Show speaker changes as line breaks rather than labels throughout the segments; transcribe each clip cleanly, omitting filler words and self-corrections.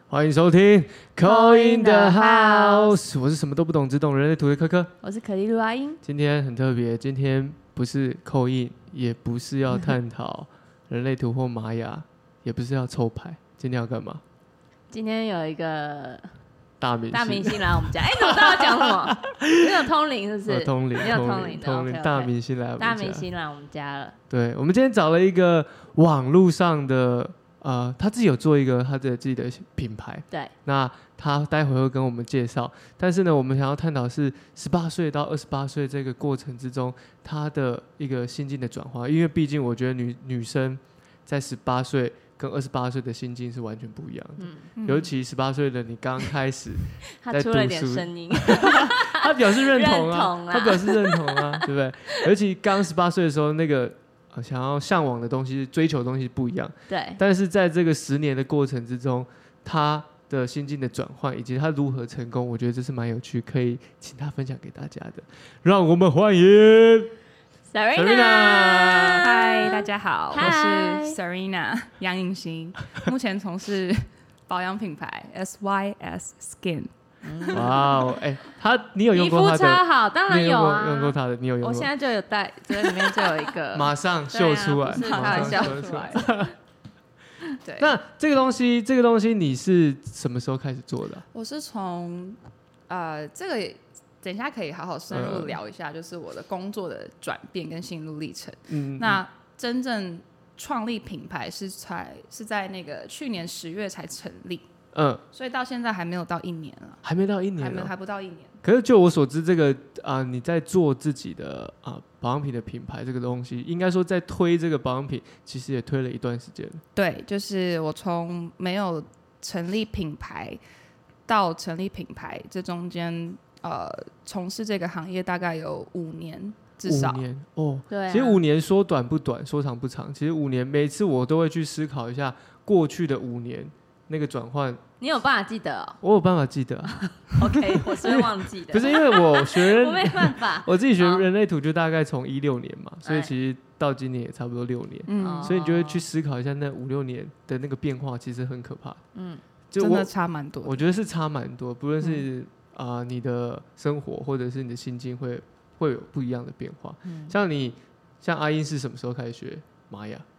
欢迎收听 Call in the House， 我是什么都不懂只懂人类图的科科，
我是可丽露阿英。
今天很特别，今天不是 Call in， 也不是要探讨人类图或玛雅，也不是要抽牌，今天要干嘛？
今天有一个
大明
星来我们家，你怎么知道我讲什么？你有通灵是不是？
通灵，
你有通灵，
大明星来我们家，
大明星来我们家了。
对，我们今天找了一个网络上的。他自己有做一个他的自己的品牌，
对，
那他待会会跟我们介绍。但是呢，我们想要探讨是18岁到28岁这个过程之中，他的一个心境的转化。因为毕竟我觉得女生在18岁跟28岁的心境是完全不一样的。尤其18岁的你刚开始在读书，他出了点声音，他表示认同啊，他表示认同啊，对不对？尤其刚18岁的时候，那个。想要向往的东西、追求的东西不一样，
对。
但是在这个10年的过程之中，他的心境的转换以及他如何成功，我觉得这是蛮有趣，可以请他分享给大家的。让我们欢迎
Serena。
嗨，大家好，我是 Serena 杨颖欣，目前从事保养品牌 SYS Skin。
哇哦，你有用过他的？
皮肤超好，当然有啊。
用过他的，你有用过？
我现在就有带，这里面就有一个，
马上秀出来，
马上秀出来。
对，
那这个东西你是什么时候开始做的？
我是从这个等一下可以好好深入聊一下，就是我的工作的转变跟心路历程。那真正创立品牌是在那个去年10月才成立。所以到现在还没有到1年了，
还没到1年，
还不到1年。
可是就我所知，这个你在做自己的保养品的品牌，这个东西应该说在推这个保养品，其实也推了一段时间。
对，就是我从没有成立品牌到成立品牌，这中间从事这个行业大概有5年。至少
5年哦，
对、
其实5年说短不短，说长不长。其实5年，每次我都会去思考一下过去的5年那个转换。
你有办法记得？
我有办法记得。
OK， 我是会忘记的。
不是因为我学
我没办法，
我自己学人类图就大概从16年嘛，所以其实到今年也差不多6年。所以你就会去思考一下那5-6年的那个变化，其实很可怕。
真的差蛮多。
我觉得是差蛮多，不论是你的生活或者是你的心境会有不一样的变化。像阿英是什么时候开始学玛雅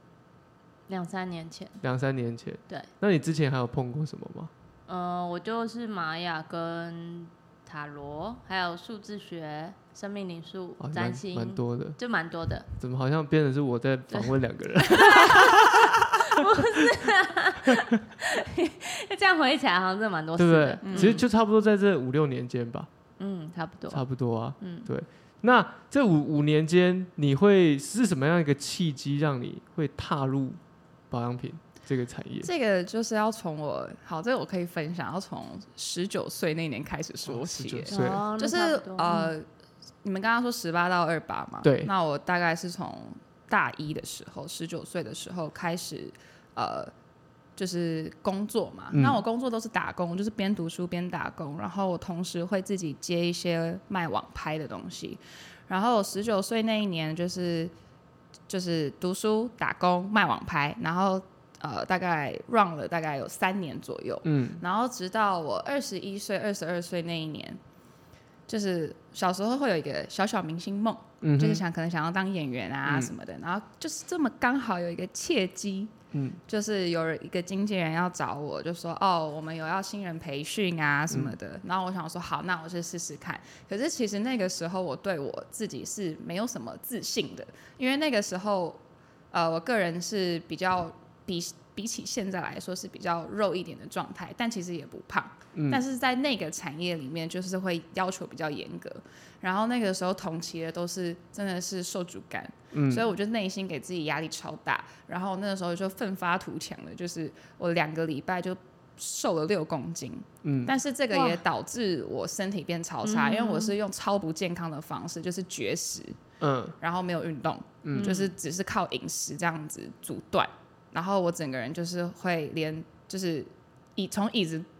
？2-3年前。
2-3年前。
对。
那你之前还有碰过什么吗？
我就是玛雅跟塔罗，还有数字学、生命灵数、占星，
蛮多的，
就蛮多的。
怎么好像变成是我在访问2个人？
不是啊，这样回忆起来好像真的蛮多事的，
对不对？其实就差不多在这5-6年间吧。
差不多
啊。对。那这5年间，你会是什么样一个契机让你会踏入保养品这个产业？
这个就是要从这个我可以分享，要从19岁那年开始说起。
19岁，
就是你们刚刚说18到28嘛，
对。
那我大概是从大1的时候，19岁的时候开始就是工作嘛。那我工作都是打工，就是边读书边打工，然后我同时会自己接一些卖网拍的东西。然后我19岁那一年就是读书打工卖网拍，然后大概 run 了大概有3年左右。然后直到我21岁22岁那一年，就是小时候会有一个小明星梦，就是可能想要当演员啊什么的。然后就是这么刚好有一个契机，就是有一个经纪人要找我，就说我们有要新人培训啊什么的。然后我想说好，那我去试试看。可是其实那个时候我对我自己是没有什么自信的，因为那个时候我个人是比较比起现在来说是比较肉一点的状态，但其实也不胖。但是在那个产业里面就是会要求比较严格，然后那个时候同期的都是真的是受主干，所以我就内心给自己压力超大，然后那个时候就奋发图强了，就是我2个礼拜就瘦了6公斤。但是这个也导致我身体变超差，因为我是用超不健康的方式，就是绝食，然后没有运动，就是只是靠饮食这样子阻断，然后我整个人就是会连就是从椅子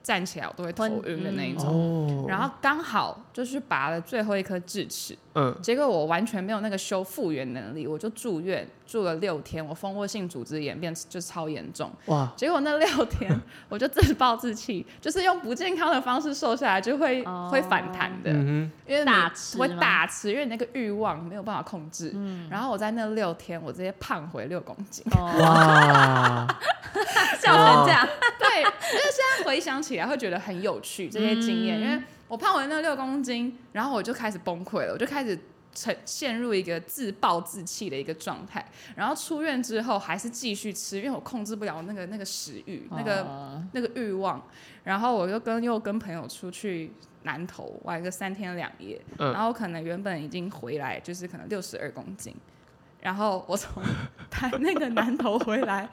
站起来我都会头晕的那一种。
哦，
然后刚好就去拔了最后一颗智齿，结果我完全没有那个修复原能力，我就住院住了6天，我蜂窝性组织炎变就超严重。
哇！
结果那6天我就自暴自弃，就是用不健康的方式瘦下来，就会反弹的，因为你会大吃，因为你那个欲望没有办法控制。然后我在那6天，我直接胖回6公斤。
哇！
笑成这样，
对，就是现在回想起来会觉得很有趣这些经验，因为我胖回那6公斤，然后我就开始崩溃了，我就开始陷入一个自暴自弃的一个状态。然后出院之后还是继续吃，因为我控制不了那个食欲，那个欲望。然后我又跟朋友出去南投玩个3天2夜，然后可能原本已经回来就是可能62公斤。然后我从那个南投回来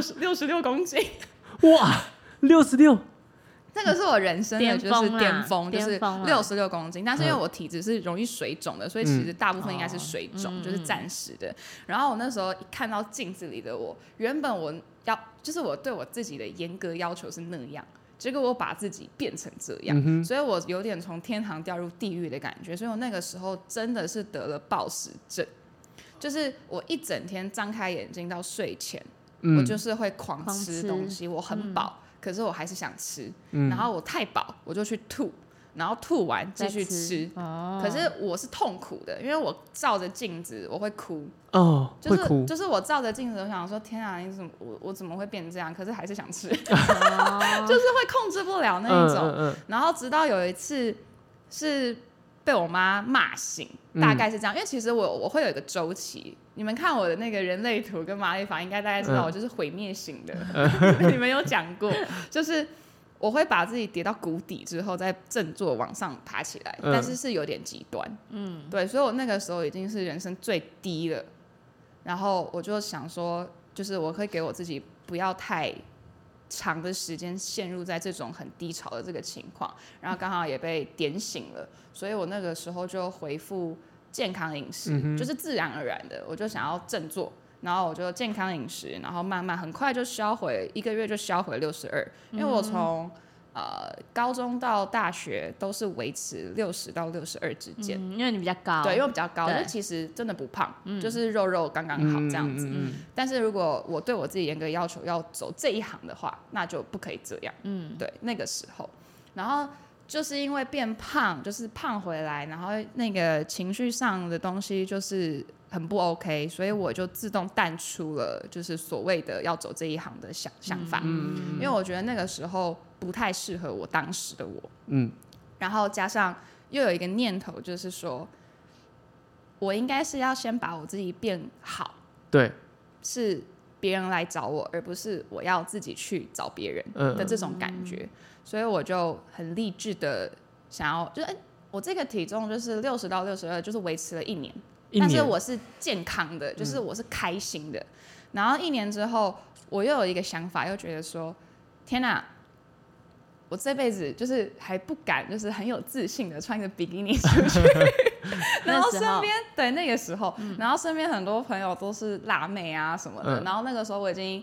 66公斤，
哇，66，
这个是我人生的就是巅峰，就是66公斤。但是因为我体质是容易水肿的，所以其实大部分应该是水肿，就是暂时的。然后我那时候一看到镜子里的我，原本就是我对我自己的严格要求是那样。结果我把自己变成这样，所以我有点从天堂掉入地狱的感觉。所以我那个时候真的是得了暴食症。就是我一整天张开眼睛到睡前，我就是会狂吃东西，我很饱，可是我还是想吃，然后我太饱我就去吐，然后吐完继续吃，可是我是痛苦的，因为我照着镜子我会哭，就是我照着镜子我想说天啊，我怎么会变这样？可是还是想吃，就是会控制不了那一种，然后直到有一次是被我妈骂醒，大概是这样。因为其实我会有一个周期，你们看我的那个人类图跟玛丽法，应该大概知道我就是毁灭型的。你们有讲过，就是我会把自己跌到谷底之后，再振作往上爬起来，但是有点极端。对，所以我那个时候已经是人生最低了。然后我就想说，就是我会给我自己不要太长的时间陷入在这种很低潮的这个情况，然后刚好也被点醒了，所以我那个时候就恢复健康饮食，就是自然而然的，我就想要振作，然后我就健康饮食，然后慢慢很快就消回，1个月就消回62，因为我从高中到大学都是维持60到62之间，
因为你比较高，
对，因为我比较高，就其实真的不胖，就是肉肉刚刚好这样子。但是如果我对我自己严格要求要走这一行的话，那就不可以这样。对，那个时候，然后就是因为变胖，就是胖回来，然后那个情绪上的东西就是很不 OK， 所以我就自动淡出了就是所谓的要走这一行的想法，因为我觉得那个时候不太适合我当时的我，然后加上又有一个念头，就是说我应该是要先把我自己变好，
对，
是别人来找我，而不是我要自己去找别人的这种感觉，所以我就很励志的想要，就是我这个体重就是60到62，就是维持了1年。但是我是健康的，就是我是开心的。然后1年之后，我又有一个想法，又觉得说，天哪，我这辈子就是还不敢，就是很有自信的穿个比基尼出去。然后身边对那个时候，然后身边很多朋友都是辣妹啊什么的。然后那个时候我已经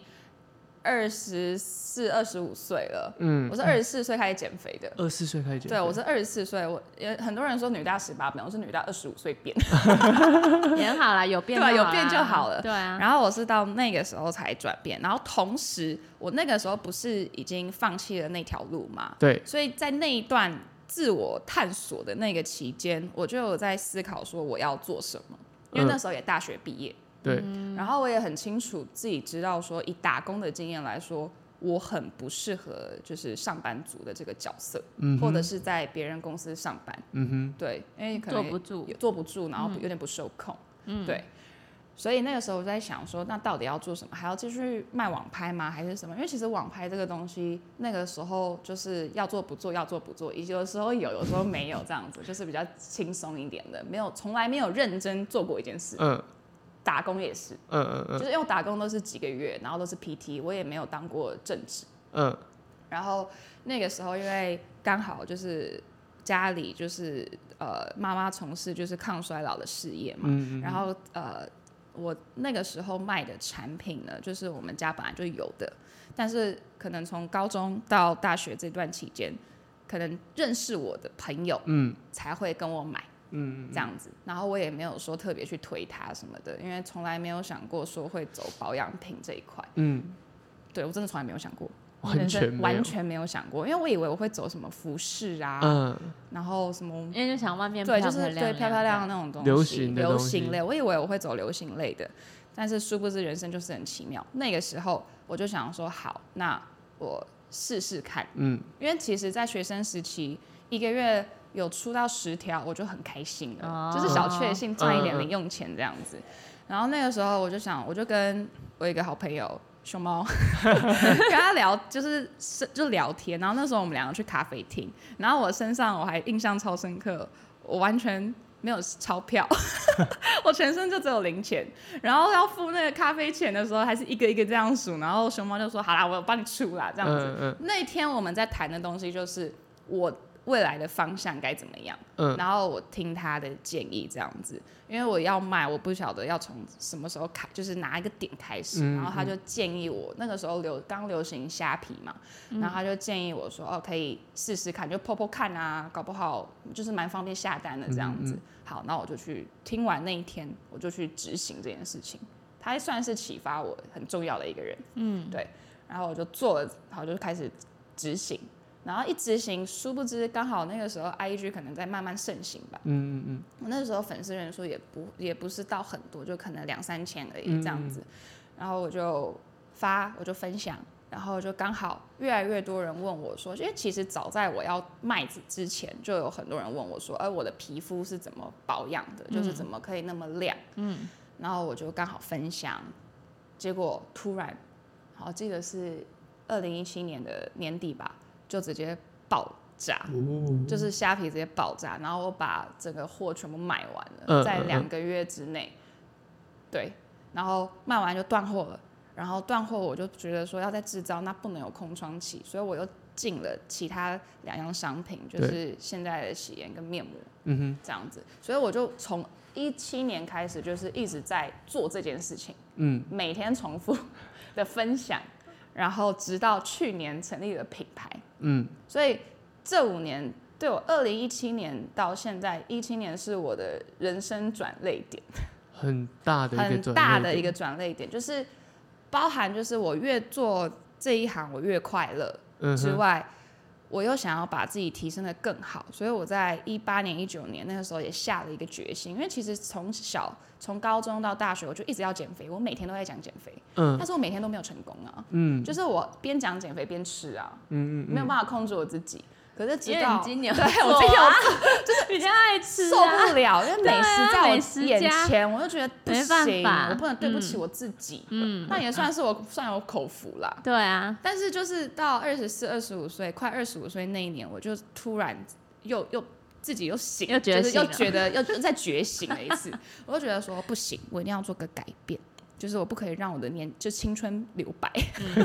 24、25岁了，我是24岁开始减肥的。
24岁开始减肥？
对，我是24岁。很多人说女大18变，我是女大25岁变，
也很好啦，有变就好啦，
对，有变就好了。
对啊。
然后我是到那个时候才转变，然后同时我那个时候不是已经放弃了那条路嘛？
对。
所以在那一段自我探索的那个期间，我就有在思考说我要做什么，因为那时候也大学毕业。
对，
然后我也很清楚自己知道说，以打工的经验来说，我很不适合就是上班族的这个角色，或者是在别人公司上班，对，因为可能坐不住，然后有点不受控，对，所以那个时候我在想说，那到底要做什么？还要继续卖网拍吗？还是什么？因为其实网拍这个东西，那个时候就是要做不做，要做不做，有的时候有时候没有，这样子就是比较轻松一点的，从来没有认真做过一件事。打工也是，就是因为我打工都是几个月，然后都是 PT， 我也没有当过正职，然后那个时候因为刚好就是家里就是妈妈从事就是抗衰老的事业嘛，然后我那个时候卖的产品呢，就是我们家本来就有的，但是可能从高中到大学这段期间，可能认识我的朋友，才会跟我买，这样子。然后我也没有说特别去推它什么的，因为从来没有想过说会走保养品这一块。对，我真的从来没有想过。完全没有想过，因为我以为我会走什么服饰啊，然后什么，
因为就想外面
对，就是对漂漂亮亮的那种东西，流行类，我以为我会走流行类的，但是殊不知人生就是很奇妙。那个时候我就想说，好，那我试试看，因为其实，在学生时期，一个月有出到10条，我就很开心了，就是小确幸，赚一点零用钱这样子。然后那个时候我就想，我就跟我一个好朋友。熊猫跟他聊，就聊天，然后那时候我们2个去咖啡厅，然后我身上我还印象超深刻，我完全没有钞票，我全身就只有零钱，然后要付那个咖啡钱的时候，还是一个一个这样数，然后熊猫就说：“好啦，我帮你出啦。”这样子。那天我们在谈的东西就是我未来的方向该怎么样，然后我听他的建议这样子，因为我要卖，我不晓得要从什么时候开，就是哪一个点开始，然后他就建议我，那个时候刚流行虾皮嘛，然后他就建议我说，哦，可以试试看，就PO看啊，搞不好就是蛮方便下单的这样子。好，那我就去听完那一天，我就去执行这件事情，他算是启发我很重要的一个人，对，然后我就做了，好，就开始执行。然后一执行，殊不知刚好那个时候 IG 可能在慢慢盛行吧。我那时候粉丝人数也不是到很多，就可能2-3千而已这样子。然后我就分享，然后就刚好越来越多人问我说，因为其实早在我要卖之前，就有很多人问我说，我的皮肤是怎么保养的，就是怎么可以那么亮。然后我就刚好分享，结果突然，好记得是2017年的年底吧。就直接爆炸，就是虾皮直接爆炸，然后我把整个货全部卖完了，在2个月之内，对，然后卖完就断货了，然后断货我就觉得说要再制造，那不能有空窗期，所以我又进了其他2样商品，就是现在的洗颜跟面膜，这样子，所以我就从17年开始，就是一直在做这件事情，每天重复的分享。然后直到去年成立了品牌，所以这5年对我2017年到现在，17年是我的人生转捩点，
很大的一个
转捩点，就是包含就是我越做这一行我越快乐之外，我又想要把自己提升得更好，所以我在18年、19年那个时候也下了一个决心，因为其实从高中到大学，我就一直要减肥，我每天都在讲减肥，但是我每天都没有成功啊，就是我边讲减肥边吃啊，没有办法控制我自己。可是直到
对我今天有
就是
比较爱吃，
受不了，因为美食在我眼前，我就觉得不行，我不能对不起我自己。那也算有口福啦。
对啊，
但是就是到24、25岁，快25岁那一年，我就突然又自己又醒，就是又觉得又再觉醒了一次，我就觉得说不行，我一定要做个改变。就是我不可以让我的青春留白，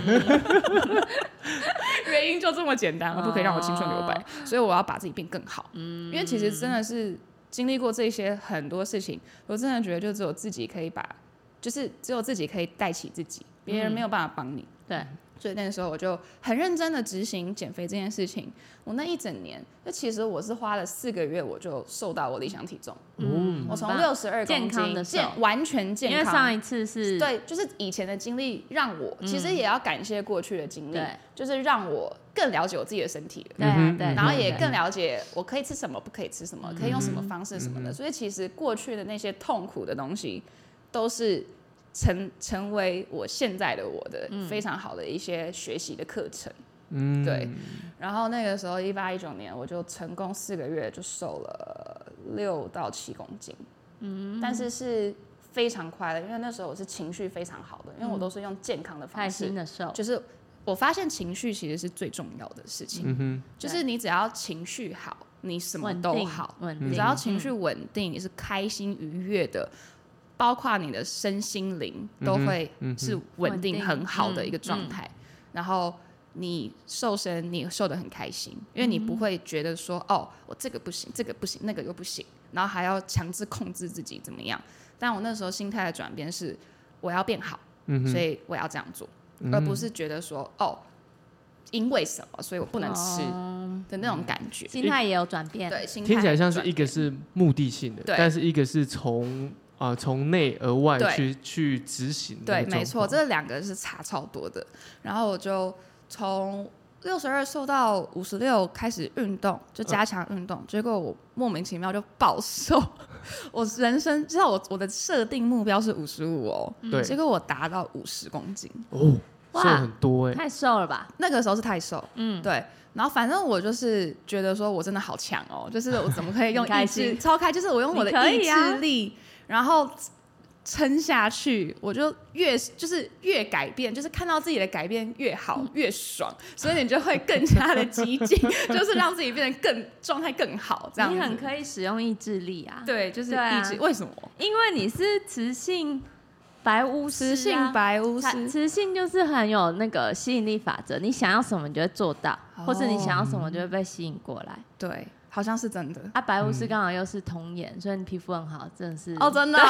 原因就这么简单，我不可以让我青春留白，所以我要把自己变更好。因为其实真的是经历过这些很多事情，我真的觉得就只有自己可以就是只有自己可以带起自己，别人没有办法帮你。
对，
所以那个时候我就很认真的执行减肥这件事情。我那一整年，就其实我是花了4个月，我就瘦到我理想体重。我从62公斤完全健康。
因为上一次是
对，就是以前的经历让我，其实也要感谢过去的经历，就是让我更了解我自己的身体了。
对，
然后也更了解我可以吃什么，不可以吃什么，可以用什么方式什么的。所以其实过去的那些痛苦的东西，都是成为我现在的我的非常好的一些学习的课程。对。然后那个时候18、19年，我就成功4个月就瘦了6到7公斤。但是非常快的，因为那时候我是情绪非常好的，因为我都是用健康的方式，
开心的瘦，
就是我发现情绪其实是最重要的事情。就是你只要情绪好，你什么都好。你只要情绪稳定，你是开心愉悦的。包括你的身心灵都会是稳定很好的一个状态，然后你瘦身你瘦得很开心，因为你不会觉得说哦我这个不行，这个不行，那个又不行， 然后还要强制控制自己怎么样。但我那时候心态的转变是，我要变好，所以我要这样做，而不是觉得说因为什么所以我不能吃的那种感觉。
心态也有转变，
对，心态
听起来像是一个是目的性的，但是一个是从内而外去执行。
对，没错，这两个是差超多的。然后我就从62瘦到56开始运动，就加强运动，结果我莫名其妙就暴瘦。我人生知道我的设定目标是55哦，
对，
结果我达到50公斤
哦，瘦很多
太瘦了吧？
那个时候是太瘦，对。然后反正我就是觉得说我真的好强哦，就是我怎么可以用意志超开，就是我用我的意志力，然后撑下去，我就越改变，就是看到自己的改变越好越爽，所以你就会更加的激进，就是让自己变得更状态更好，这样子。
你很可以使用意志力啊，
对，就是意志。为什么？
因为你是雌性白巫师，
雌性白巫师，
雌性就是很有那个吸引力法则，你想要什么你就会做到，或者你想要什么就会被吸引过来。
对，好像是真的。
白巫师刚好又是童颜，所以你皮肤很好，真的是
真的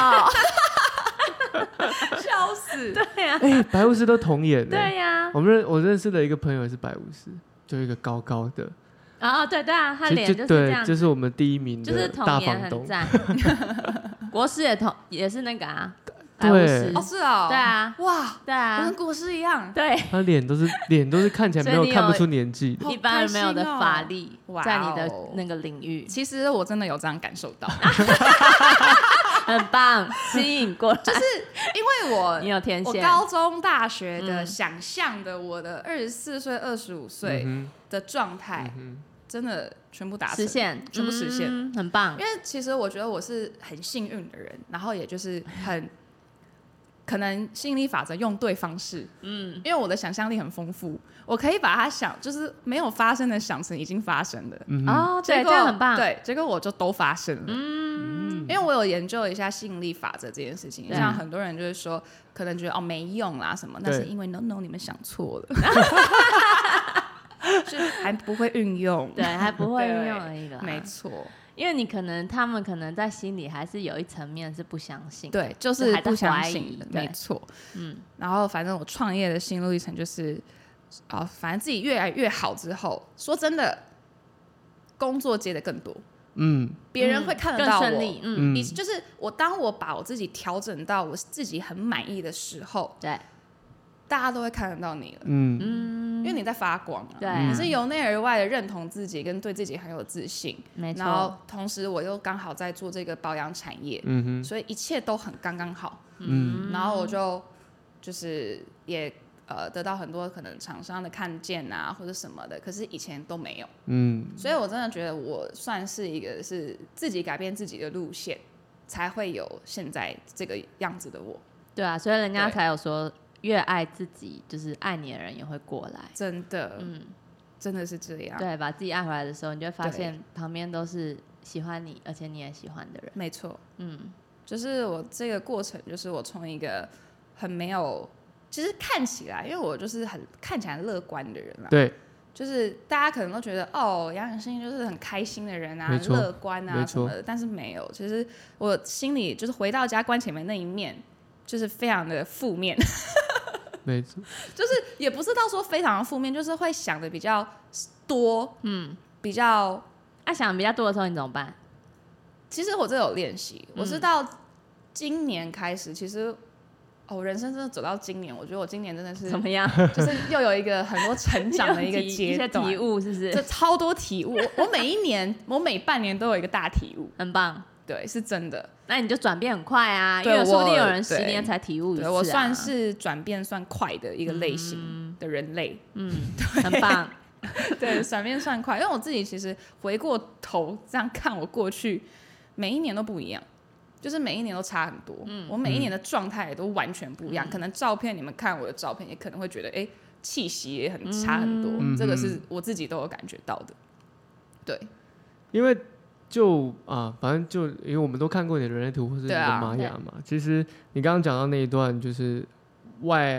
笑死！
对呀，
白巫师都童颜。
对呀，
我认识的一个朋友也是白巫师，就一个高高的。
对啊，他脸就是这样，
就是我们第1名的大房东。
国师也是那个
对，
是哦，
对啊，
哇，
对啊，
我跟国师一样，
对，
他脸都是看起来看不出年纪的，
一般人没有的法力在你的那个领域。
其实我真的有这样感受到，
很棒，吸引过来，
就是因为
你有天线。
我高中、大学的想象的我的24岁、25岁的状态，真的全部达成，全部实现，
很棒。
因为其实我觉得我是很幸运的人，然后也就是很可能吸引力法则用对方式，因为我的想象力很丰富，我可以把它就是没有发生的想成已经发生的。
对，这样很棒。
对，结果我就都发生了。因为我有研究一下吸引力法则这件事情，像很多人就是说，可能觉得没用啦什么，那是因为 no， 你们想错了。就还不会运用，
对，还不会运用而已啦。
没错，
因为他们可能在心里还是有一层面是不相信，
对，就是不相信的，没错。然后反正我创业的心路历程就是，反正自己越来越好之后，说真的，工作接的更多，别人会看得到我，
更顺利，
就是当我把我自己调整到我自己很满意的时候，
对。
大家都会看得到你了，因为你在发光啊，
对，
你是由内而外的认同自己，跟对自己很有自信，
没错。
然后同时我又刚好在做这个保养产业，所以一切都很刚刚好，然后我就是也得到很多可能厂商的看见啊或者什么的，可是以前都没有，所以我真的觉得我算是一个是自己改变自己的路线，才会有现在这个样子的我。
对啊，所以人家才有说。越爱自己，就是爱你的人也会过来。
真的，真的是这样。
对，把自己爱回来的时候，你就会发现旁边都是喜欢你，而且你也喜欢的人。
没错，就是我这个过程，就是我从一个很没有，其实看起来，因为我就是看起来乐观的人啦。
对。
就是大家可能都觉得杨永信就是很开心的人啊，乐观啊什么的，但是没有。其实我心里就是回到家关前面那一面，就是非常的负面。
没错，
就是也不是到说非常的负面，就是会想的比较多，比较
想比较多的时候你怎么办？
其实我这有练习，我是到今年开始，其实我人生真的走到今年，我觉得我今年真的是
怎么样？
就是又有一个很多成长的一个阶段，
一些体悟是不是？
这超多体悟，我每半年都有一个大体悟，
很棒。
对，是真的。
那你就转变很快啊，因为说不定有人10年才体悟一次啊。
我算是转变算快的一个类型的人类，
很棒。
对，转变算快，因为我自己其实回过头这样看，我过去每一年都不一样，就是每一年都差很多。我每一年的状态也都完全不一样，可能照片你们看我的照片，也可能会觉得气息也很差很多，这个是我自己都有感觉到的。对，
因为反正因为我们都看过你的人类图或是你的玛雅嘛，其实你刚刚讲到那一段，就是外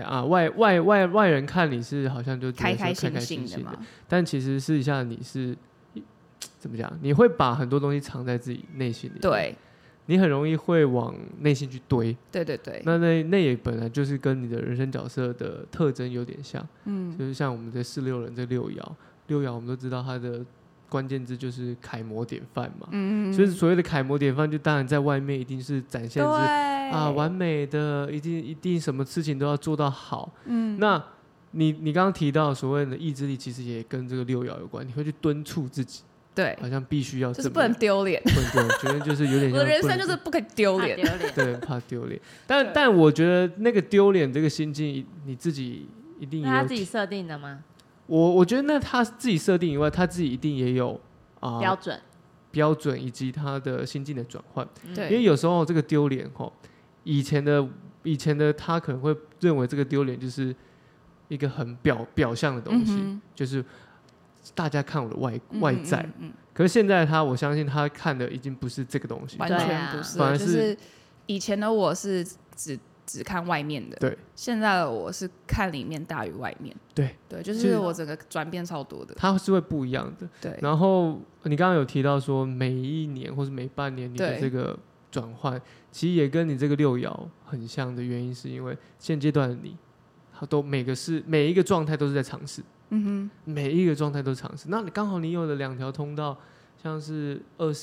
人看你是好像就觉得开开心心的，但其实私底下你是怎么讲？你会把很多东西藏在自己内心里，
对，
你很容易会往内心去堆。
对对对，
那也本来就是跟你的人生角色的特征有点像，就是像我们的46人这六爻我们都知道它的关键字就是楷模典范嘛，所以所谓的楷模典范，就当然在外面一定是展现是完美的，一定什么事情都要做到好，那你刚刚提到所谓的意志力，其实也跟这个六爻有关，你会去敦促自己，
对，
好像必须要
就是不能丢脸，
不能丢脸，觉得就是有点像
我的人生就是不可以丢脸，
对，怕丢脸。但我觉得那个丢脸这个心境，你自己一定也有，
那他自己设定的吗？
我觉得那他自己设定以外，他自己一定也有标准以及他的心境的转换。
对，
因为有时候这个丢脸以前的他可能会认为这个丢脸就是一个很表象的东西，就是大家看我的外在。可是现在我相信他看的已经不是这个东西，
完全不是，反而就是以前的我是只看外面的，
对，
现在的我是看里面大于外面，
对，
就是我整个转变超多的，
它是会不一样的，
对。
然后你刚刚有提到说每一年或是每半年你的这个转换，其实也跟你这个六爻很像的原因，是因为现阶段的你，都每一个状态都是在尝试，每一个状态都是尝试。那你刚好你有了2条通道，像是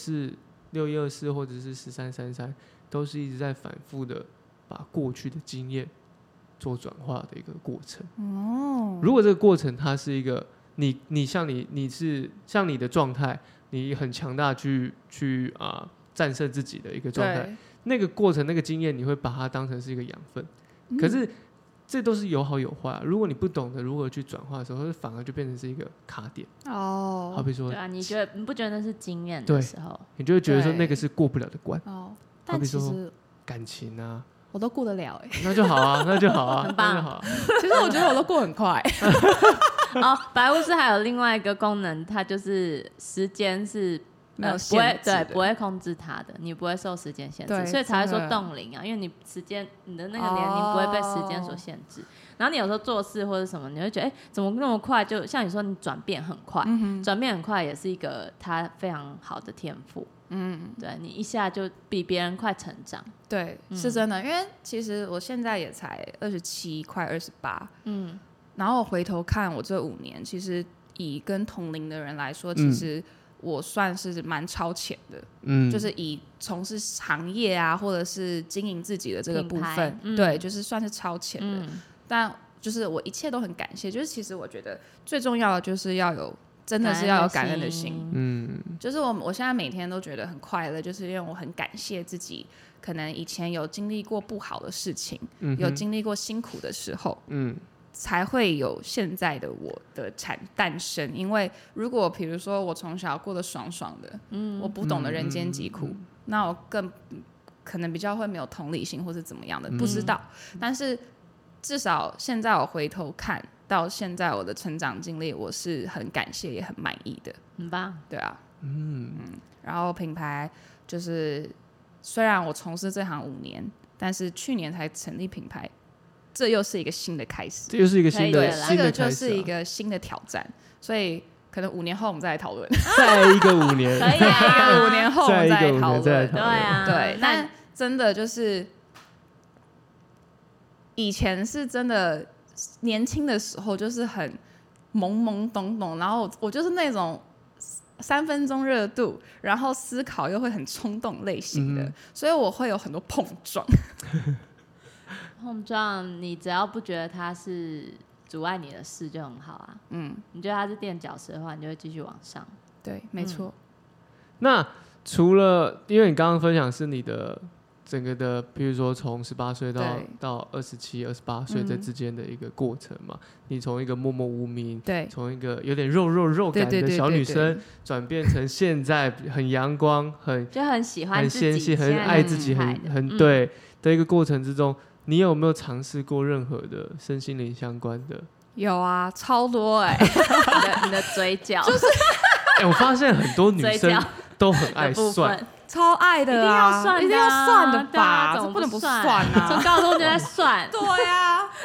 24、6124或者是1333，都是一直在反复的把过去的经验做转化的一个过程。如果这个过程它是一个你像你的状态，你很强大去战胜自己的一个状态，那个过程那个经验，你会把它当成是一个养分。可是这都是有好有坏，如果你不懂得如何去转化的时候，反而就变成是一个卡点。好比说，
对啊，你不觉得那是经验的时候，
你就会觉得说那个是过不了的关。
但其实
感情啊，
我都过得了
那就好啊，那就好啊，
很棒。
其实我觉得我都过很快。
白巫师还有另外一个功能，它就是时间是
没有限制的，
不会控制它的，你不会受时间限制，所以才会说冻龄啊，因为你的那个年龄不会被时间所限制。然后你有时候做事或者什么，你会觉得怎么那么快？就像你说，你转变很快，转变很快也是一个他非常好的天赋。对，你一下就比别人快成长。
对，是真的，因为其实我现在也才27，快28。然后我回头看我这5年，其实以跟同龄的人来说，其实我算是蛮超前的。就是以从事行业啊，或者是经营自己的这个部分，对，就是算是超前的。但就是我一切都很感谢，就是其实我觉得最重要的就是真的是要有感恩的心。就是我现在每天都觉得很快乐，就是因为我很感谢自己，可能以前有经历过不好的事情，有经历过辛苦的时候，才会有现在的我的诞生。因为如果比如说我从小过得爽爽的，我不懂得人间疾苦，那我更可能比较会没有同理心或是怎么样的，不知道。但是至少现在我回头看到现在我的成长经历，我是很感谢也很满意的，
很棒。
对啊，然后品牌就是虽然我从事这行5年，但是去年才成立品牌，这又是一个新的开始，
这又是一个新的
这个就是一个新的挑战，所以可能5年后我们再来讨论，
再一个5年，
可以啊，
5年后我们再来讨论，
对啊，
对，但真的就是以前是真的年轻的时候就是很懵懵懂懂，然后我就是那种3分钟热度，然后思考又会很冲动类型的，所以我会有很多碰撞。
碰撞，你只要不觉得它是阻碍你的事就很好啊。你觉得它是垫脚石的话，你就会继续往上。
对，没错。
那除了，因为你刚刚分享是你的整个的，比如说从18岁到27、28岁这之间的一个过程嘛，你从一个默默无名，
对，
从一个有点肉感的小女生，转变成现在很阳光、
就很喜欢自己、
很纤细、很爱自己、很对的一个过程之中，你有没有尝试过任何的身心灵相关的？
有啊，超多
你的嘴角
就是，
我发现很多女生都很爱算。
超爱的啊，一定要算的吧，这不能不算啊！
从高中就在算，
对啊，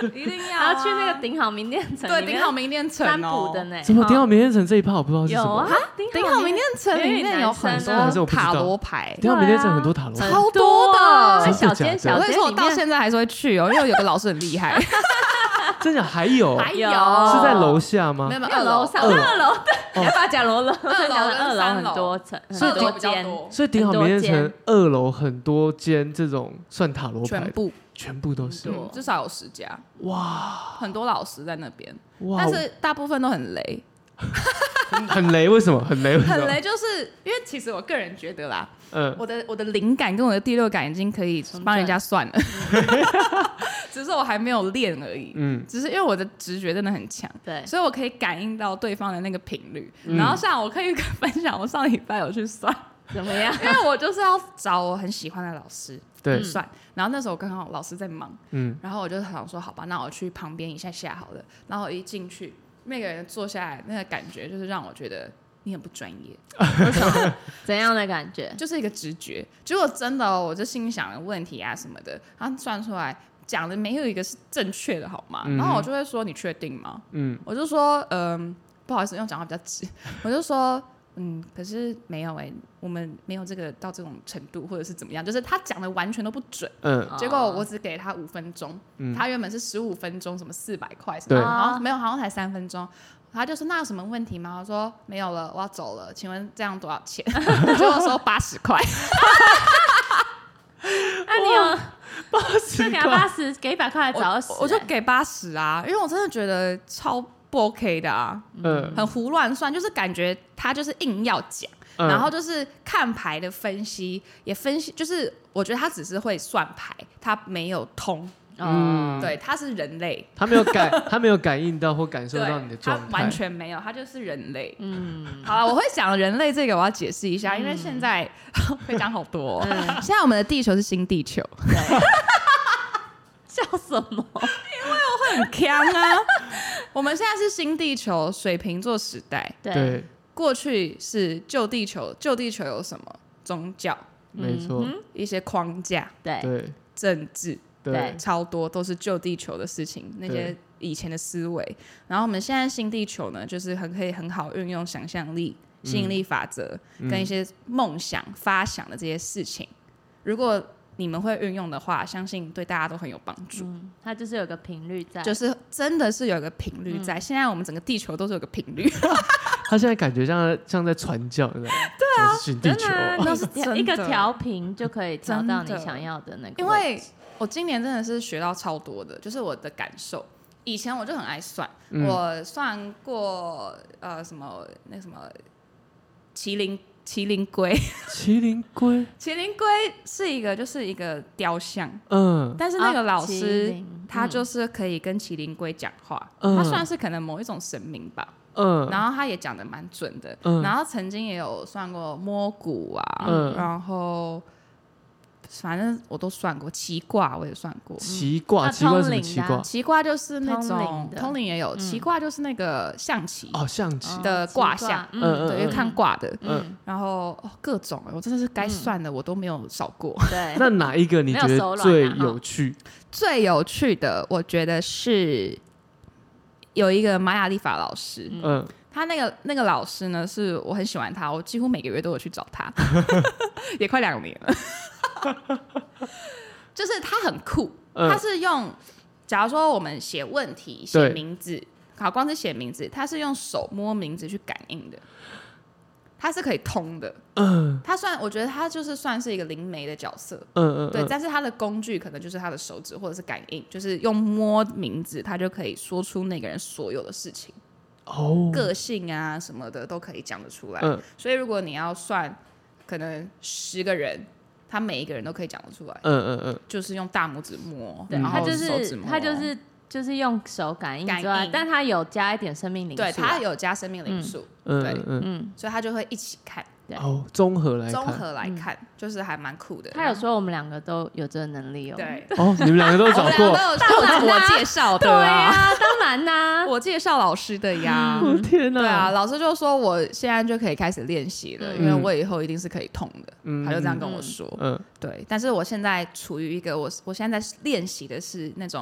一定要、
然后去那个顶好名店城，
对，顶好名店城
占卜的呢。
什么顶好名店城这一趴我不知道是什么。
有啊，
顶好名店城里面有很多塔罗牌，
顶好名店城很多塔罗牌，
超多的。
小间小间，
我到现在还是会去哦，因为有个老师很厉害。
真的还有
是
在楼下吗？
没有
二楼上，二楼对，要不要讲楼？二楼很多层，很多间，
所以顶好名店城2楼很多间这种算塔罗牌，全部都是，
至少有10家。哇，很多老师在那边，但是大部分都很雷。
很雷？为什么？很雷？
很雷，就是因为其实我个人觉得啦，我的灵感跟我的第6感已经可以帮人家算了，只是我还没有练而已。只是因为我的直觉真的很强，对，所以我可以感应到对方的那个频率。然后像我可以分享，我上礼拜有去算，
怎么样？
因为我就是要找我很喜欢的老师对算，然后那时候刚好老师在忙，然后我就想说，好吧，那我去旁边一下下好了。然后我一进去，那个人坐下来，那个感觉就是让我觉得你很不专业。
怎样的感觉？
就是一个直觉。结果真的我就心里想的问题啊什么的，然后算出来讲的没有一个是正确的，好吗？然后我就会说你确定吗？我就说不好意思，用讲话比较直，我就说可是没有我们没有这个到这种程度，或者是怎么样，就是他讲的完全都不准。结果我只给他5分钟，他原本是15分钟，什么400块什么的，然后没有，好像才3分钟。他就说那有什么问题吗？我说没有了，我要走了，请问这样多少钱？结果说80块。
那你有
80块？
给他80，给100块找20，
我就给80啊，因为我真的觉得超不 OK 的啊，很胡乱算，就是感觉他就是硬要讲，然后就是看牌的分析也分析，就是我觉得他只是会算牌，他没有通。对，他是人类，他没
有感应到或感受到你的状态，
他完全没有，他就是人类。好了，我会讲人类这个，我要解释一下，因为现在会讲好多。现在我们的地球是新地球，
笑什么？
因为我很强啊。我们现在是新地球，水瓶座时代。
对，
过去是旧地球，旧地球有什么？宗教，
没错，
一些框架，
对，
政治。
对，
超多都是旧地球的事情，那些以前的思维。然后我们现在新地球呢，就是可以很好运用想象力、吸引力法则跟一些梦想、发想的这些事情。如果你们会运用的话，相信对大家都很有帮助。
它就是有个频率在，
就是真的是有一个频率在。现在我们整个地球都是有个频率。
他现在感觉像在传教，对
啊，
新地球，
那是一个调频就可以调到你想要的那个。
因为我今年真的是学到超多的，就是我的感受。以前我就很爱算，我算过什么那个什么麒麟龟，
麒麟龟
是一个就是一个雕像，但是那个老师他就是可以跟麒麟龟讲话，他算是可能某一种神明吧。然后他也讲得蛮准的，然后曾经也有算过摸骨啊，然后反正我都算过，奇卦我也算过。
奇卦是什么奇卦？
奇卦就是那种通灵也有，奇卦就是那个象棋
象棋
的卦象，对，看卦的，然后各种，我真的是该算的我都没有少过。
对，
那哪一个你觉得最有趣？
最有趣的，我觉得是有一个玛雅历法老师，他那个老师呢，是我很喜欢他，我几乎每个月都有去找他，也快2年了。就是他很酷，他是用，假如说我们写问题、写名字，好，光是写名字，他是用手摸名字去感应的，他是可以通的。他我觉得他就是算是一个灵媒的角色。对，但是他的工具可能就是他的手指或者是感应，就是用摸名字，他就可以说出那个人所有的事情。个性啊什么的都可以讲得出来。所以如果你要算，可能10个人。他每一个人都可以讲得出来，就是用大拇指摸，然后手指摸，
他就是用手感应之外，但他有加一点生命灵数，
对，他有加生命灵数，对，所以他就会一起看，
综合
来看，就是还蛮酷的。
他有说我们2个都有这个能力哦，
对，
你们2个都找过，
当然我介绍的
啊，当然啦，
我介绍老师的呀，
天哪，
对啊，老师就说我现在就可以开始练习了，因为我以后一定是可以通的，他就这样跟我说，对，但是我现在处于一个我现在在练习的是那种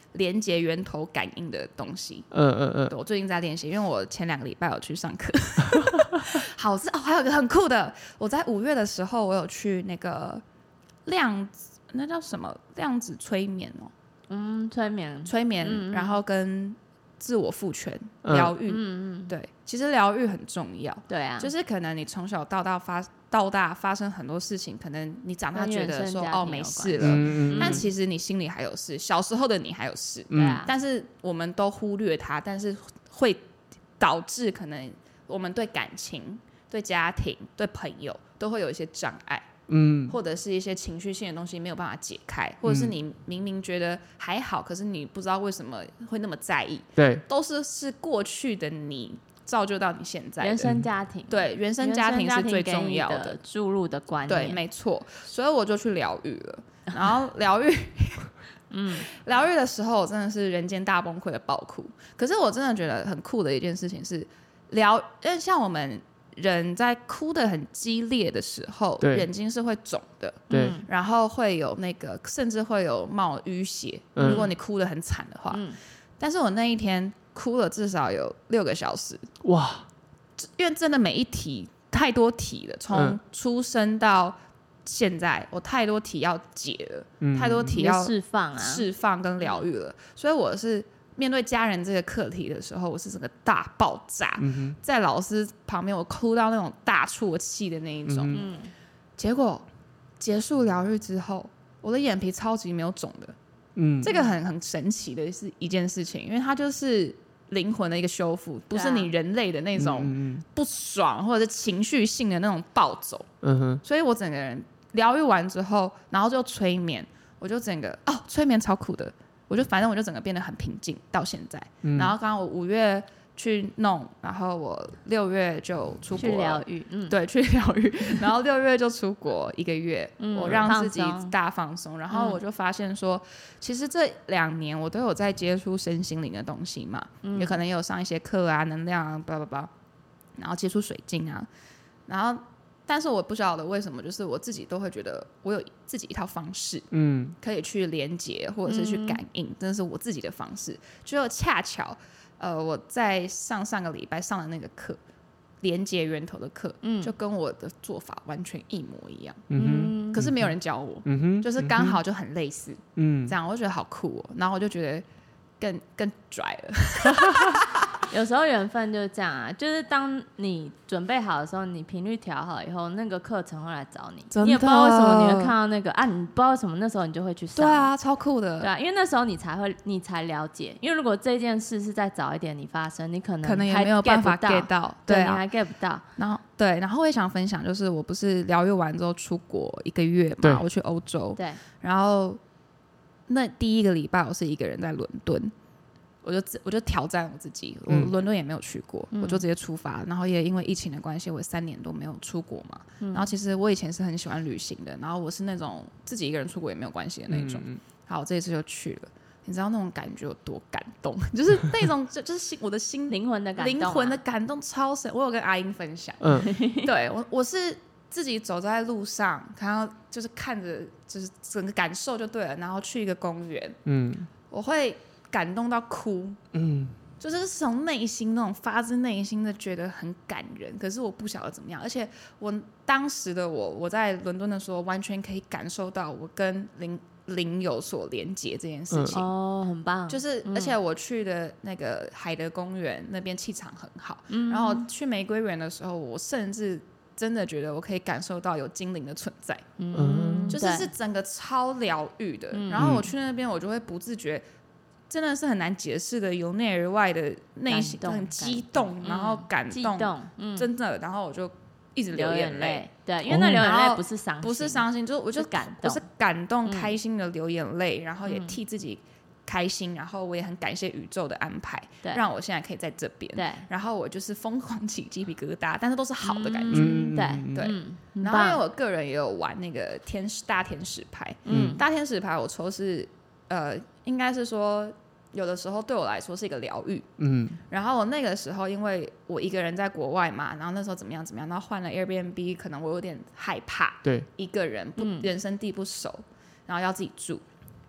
连接源头感应的东西。我最近在练习，因为我前2个礼拜有去上课。好还有一个很酷的，我在5月的时候，我有去那个那叫什么量子催眠哦。催眠，然后跟自我赋权疗愈，对，其实疗愈很重要，
对啊，
就是可能你从小到大发生很多事情，可能你长大觉得说没事了，但其实你心里还有事，小时候的你还有事，但是我们都忽略它，但是会导致可能我们对感情、对家庭、对朋友都会有一些障碍。或者是一些情绪性的东西没有办法解开，或者是你明明觉得还好，可是你不知道为什么会那么在意，
对，
都是过去的你造就到你现在的
原生家庭，
对，原生家庭是最重要
的注入的观念，
对，没错，所以我就去疗愈了，然后疗愈疗愈的时候我真的是人间大崩溃的爆哭，可是我真的觉得很酷的一件事情是因为像我们人在哭得很激烈的时候，眼睛是会肿的，
对，
然后会有那个，甚至会有冒淤血，如果你哭得很惨的话。但是我那一天哭了至少有6个小时，哇！因为真的每一题太多题了，从出生到现在，我太多题要解了，太多题要释放跟疗愈了，所以我是。面对家人这个课题的时候，我是整个大爆炸，在老师旁边我哭到那种大啜泣的那一种，结果结束疗愈之后，我的眼皮超级没有肿的，这个很神奇的是一件事情，因为它就是灵魂的一个修复，不是你人类的那种不爽或者是情绪性的那种暴走，所以我整个人疗愈完之后，然后就催眠，我就整个催眠超酷的。反正我就整个变得很平静到现在，然后刚刚我5月去弄，然后我6月就出国了，
去疗愈，
对，去疗愈，然后6月就出国1个月，我让自己大放松，然后我就发现说，其实这2年我都有在接触身心灵的东西嘛，也可能也有上一些课啊，能量啊，叭叭叭，然后接触水晶啊，然后。但是我不晓得为什么，就是我自己都会觉得我有自己一套方式，可以去连接或者是去感应，真的是我自己的方式。就恰巧，我在上个礼拜上的那个课，连接源头的课，就跟我的做法完全一模一样，可是没有人教我，就是刚好就很类似，这样我就觉得好酷哦，然后我就觉得更拽了。
有时候缘分就是这样啊，就是当你准备好的时候，你频率调好以后，那个课程会来找你，你也不知道为什么你会看到那个你不知道为什么那时候你就会去上，
对啊，超酷的，
对啊，因为那时候你才了解，因为如果这件事是再早一点你发生，你可能
也没有办法 get 到，
对，你还 get 不到。
然后我也想分享，就是我不是疗愈完之后出国1个月嘛，我去欧洲，
对，
然后那第1个礼拜我是一个人在伦敦。我就挑战我自己，我伦敦也没有去过，我就直接出发，然后也因为疫情的关系，我3年都没有出国嘛。然后其实我以前是很喜欢旅行的，然后我是那种自己一个人出国也没有关系的那种。好，这一次就去了，你知道那种感觉有多感动？就是那种就是我的心
灵魂的
感动超深。我有跟阿英分享，对我是自己走在路上，然后就是看着，就是整个感受就对了，然后去一个公园，我会。感动到哭，就是从内心那种发自内心的觉得很感人，可是我不晓得怎么样，而且我当时的我在伦敦的时候，完全可以感受到我跟灵有所连结这件事情，
很棒，
就是而且我去的那个海德公园那边气场很好，然后去玫瑰园的时候，我甚至真的觉得我可以感受到有精灵的存在，就是整个超疗愈的，然后我去那边我就会不自觉。真的是很难解释的，由内而外的内心很激动，然后感动，真的，然后我就一直流眼泪。
对，因为那流眼泪不是伤心，
不是伤心，就是我是感动、开心的流眼泪，然后也替自己开心，然后我也很感谢宇宙的安排，让我现在可以在这边。对，然后我就是疯狂起鸡皮疙瘩，但是都是好的感觉。对，然后因为我个人也有玩那个大天使牌，大天使牌我抽是应该是说。有的时候对我来说是一个疗愈，然后我那个时候因为我一个人在国外嘛，然后那时候怎么样，然后换了 Airbnb， 可能我有点害怕，对，一个人人生地不熟，然后要自己住，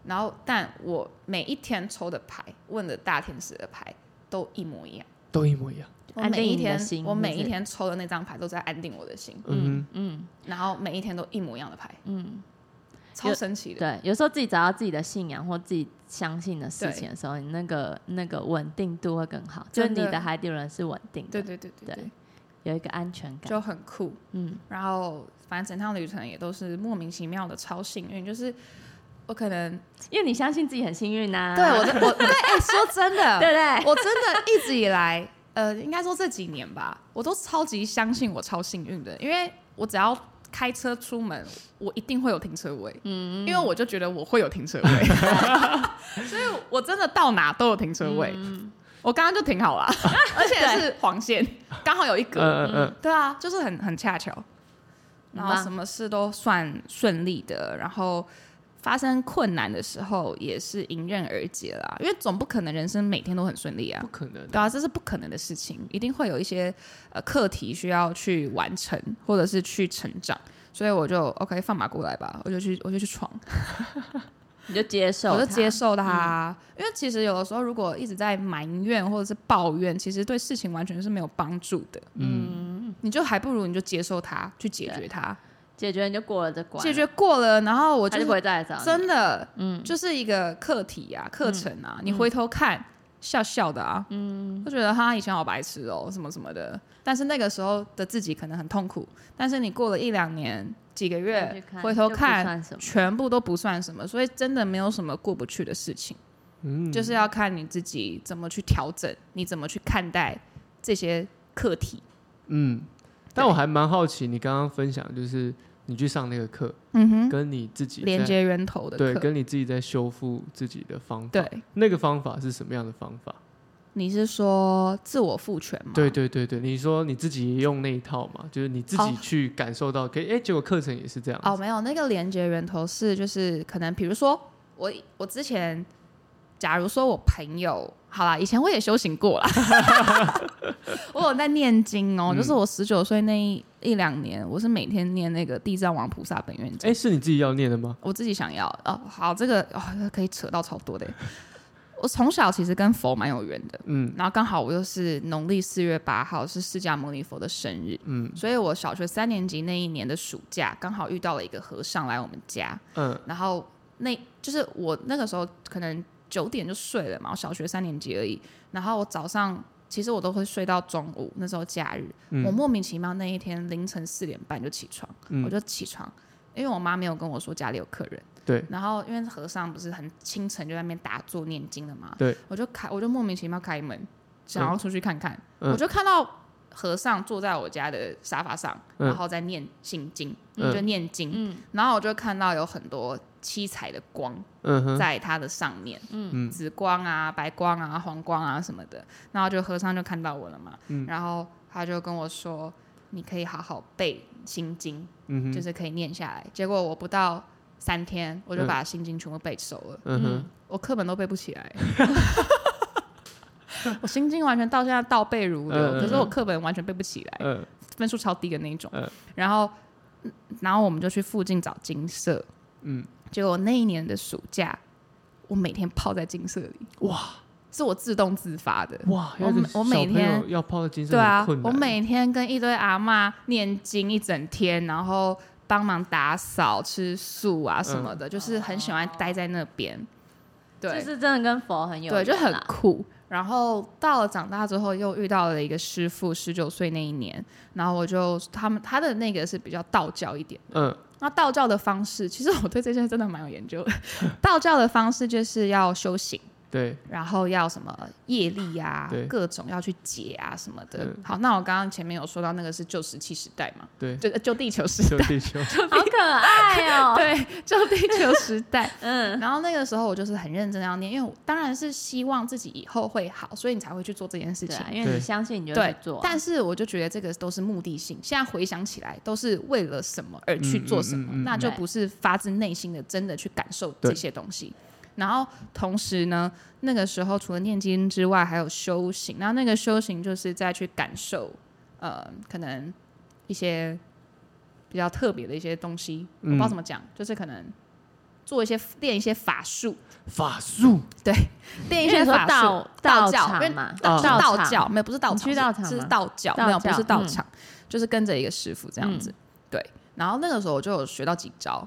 然后但我每一天抽的牌，问的大天使的牌都一模一样，
都一模一样。
我每一天抽的那张牌都在安定我的心，然后每一天都一模一样的牌，超神奇的。
对，有时候自己找到自己的信仰或自己相信的事情的时候，你那个稳定度会更好，就是你的海底轮是稳定的，对，有一个安全感，
就很酷。然后反正整趟旅程也都是莫名其妙的超幸运，就是我可能
因为你相信自己很幸运啊。
对我对，说真的，
对不对？
我真的一直以来，应该说这几年吧，我都超级相信我超幸运的，因为我只要开车出门，我一定会有停车位，因为我就觉得我会有停车位，所以我真的到哪都有停车位。我刚刚就停好了，而且是黄线，刚好有一格。对啊，就是很恰巧，然后什么事都算顺利的，然后发生困难的时候也是迎刃而解啦，因为总不可能人生每天都很顺利啊，
不可能。
对啊，这是不可能的事情，一定会有一些课题需要去完成，或者是去成长，所以我就 OK 放马过来吧，我就去闯。
你就接受，
我就接受它，因为其实有的时候如果一直在埋怨或者是抱怨，其实对事情完全是没有帮助的。你就还不如你就接受它，去解决它。
解决你就过了这关，
解决过了，然后我
就不会再来找你。
真的，就是一个课题啊，课程啊，你回头看，笑笑的啊，我觉得他以前好白痴哦，什么什么的。但是那个时候的自己可能很痛苦，但是你过了1-2年、几个月，回头看，全部都不算什么，所以真的没有什么过不去的事情。就是要看你自己怎么去调整，你怎么去看待这些课题。
但我还蛮好奇，你刚刚分享就是你去上那个课，跟你自己
连接源头的课，
对，跟你自己在修复自己的方法，
对，
那个方法是什么样的方法？
你是说自我赋权吗？
对，你说你自己用那一套嘛，就是你自己去感受到，结果课程也是这样。
没有，那个连接源头是就是可能，比如说我之前，假如说我朋友，好啦，以前我也修行过啦，我有在念经哦，就是我19岁那1-2年，我是每天念那个地藏王菩萨本愿经。
是你自己要念的吗？
我自己想要好，这个可以扯到超多的。我从小其实跟佛蛮有缘的，然后刚好我又是农历4月8号是释迦牟尼佛的生日，所以我小学3年级那一年的暑假，刚好遇到了一个和尚来我们家，然后就是我那个时候可能9点就睡了嘛，我小学3年级而已，然后我早上其实我都会睡到中午，那时候假日，我莫名其妙那一天凌晨4点半就起床，我就起床，因为我妈没有跟我说家里有客人。
对，
然后因为和尚不是很清晨就在那边打坐念经了嘛，
对，
我就莫名其妙开门，想要出去看看，我就看到和尚坐在我家的沙发上，然后在念心经，就念经，然后我就看到有很多七彩的光在他的上面，紫光啊、白光啊、黄光啊什么的，然后和尚就看到我了嘛，然后他就跟我说，你可以好好背心经，就是可以念下来。结果我不到3天，我就把心经全部背熟了。我课本都背不起来，我心经完全到现在倒背如流，可是我课本完全背不起来，分数超低的那一种。然后我们就去附近找精舍，结果那一年的暑假，我每天泡在精舍里，哇！是我自动自发的
哇！
我每天
要泡在精舍，
对啊，我每天跟一堆阿嬷念经一整天，然后帮忙打扫、吃素啊什么的，就是很喜欢待在那边。对，
就是真的跟佛很有缘，
对，就很酷。然后到了长大之后，又遇到了一个师父，19岁那一年，然后我就他的那个是比较道教一点的，那道教的方式，其实我对这些真的蛮有研究的。道教的方式就是要修行。
对，
然后要什么业力啊，各种要去解啊什么的。好，那我刚刚前面有说到那个是旧石器时代嘛？
对，
就地球时代，
好可爱哦。
对，就地球时代。然后那个时候我就是很认真要念，因为我当然是希望自己以后会好，所以你才会去做这件事情。
因为你相信，你就去做。
但是我就觉得这个都是目的性，现在回想起来都是为了什么而去做什么，那就不是发自内心的真的去感受这些东西。然后同时呢，那个时候除了念经之外，还有修行。然后那个修行就是再去感受，可能一些比较特别的一些东西，我不知道怎么讲，就是可能练一些法术。对，练一些法术。
道场嘛，
道教没有，不是道场，
去道场
是道教，没有，不是道场，就是跟着一个师傅这样子。对，然后那个时候我就有学到几招。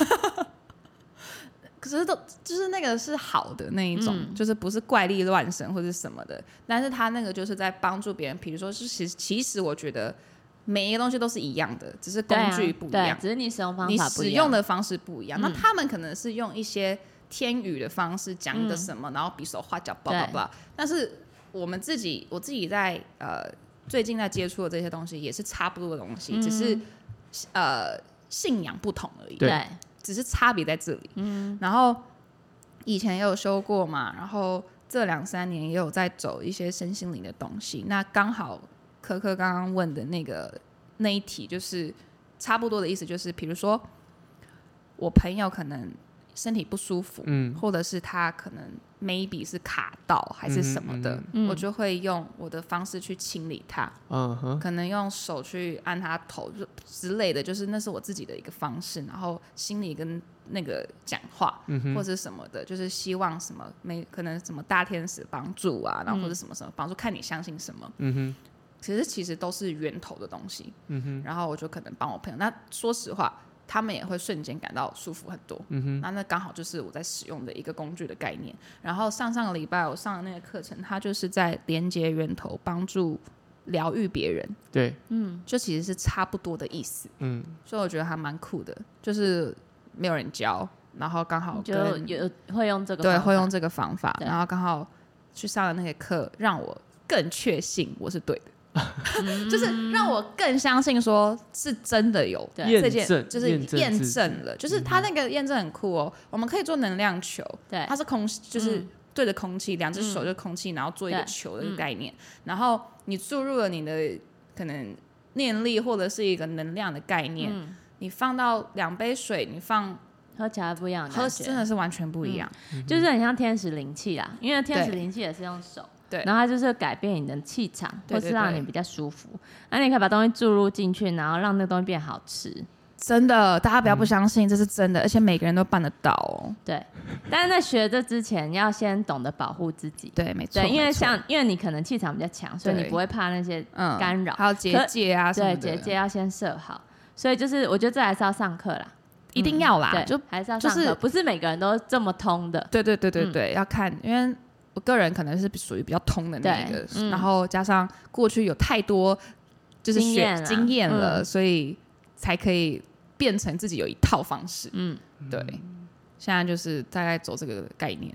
可是就是那个是好的那一种，就是不是怪力乱神或者什么的，但是他那个就是在帮助别人。比如说其实我觉得每一个东西都是一样的，只是工具不一样，
只是你使用方法不
一样，
样，
你使用的方式不一样。那他们可能是用一些天语的方式讲的什么，然后比手画脚blah blah blah。但是我自己在最近在接触的这些东西也是差不多的东西，只是信仰不同而已。
对。
只是差别在这里。然后以前也有修过嘛，然后这2-3年也有在走一些身心灵的东西。那刚好科刚刚问的那一题就是差不多的意思，就是比如说我朋友可能身体不舒服，或者是他可能 maybe 是卡到还是什么的，我就会用我的方式去清理他，可能用手去按他头之类的，就是那是我自己的一个方式，然后心里跟那个讲话，或者什么的，就是希望什么可能什么大天使帮助啊，然后或者什么什么帮助，看你相信什么，其实都是源头的东西，然后我就可能帮我朋友，那说实话他们也会瞬间感到舒服很多，那刚好就是我在使用的一个工具的概念。然后上个礼拜我上的那个课程，它就是在连接源头，帮助疗愈别人。
对，
就其实是差不多的意思。所以我觉得还蛮酷的，就是没有人教，然后刚好
就会用这个
对，会用这个方法，然后刚好去上的那个课，让我更确信我是对的。就是让我更相信说是真的有这件，就是验证了，就是他那个验证很酷哦。我们可以做能量球，对，它是就是对着空气，2只手就是空气，然后做一个球的概念，然后你注入了你的可能念力或者是一个能量的概念，你放到2杯水，你
喝起来不一样，
喝真的是完全不一样，
就是很像天使灵气啦，因为天使灵气也是用手。对，然后它就是改变你的气场，或是让你比较舒服。那你可以把东西注入进去，然后让那个东西变好吃。
真的，大家不要不相信，这是真的，而且每个人都办得到哦。
对，但是在学这之前，要先懂得保护自己。
对，没错。
对，因为你可能气场比较强，所以你不会怕那些干扰，
还有结界啊什么的。
对，结界要先设好。所以就是我觉得这还是要上课啦。
一定要啦，
就还是要上课，不是每个人都这么通的。
对，要看，因为我个人可能是属于比较通的那个，然后加上过去有太多就是经验了，所以才可以变成自己有一套方式。对，现在就是大概走这个概念，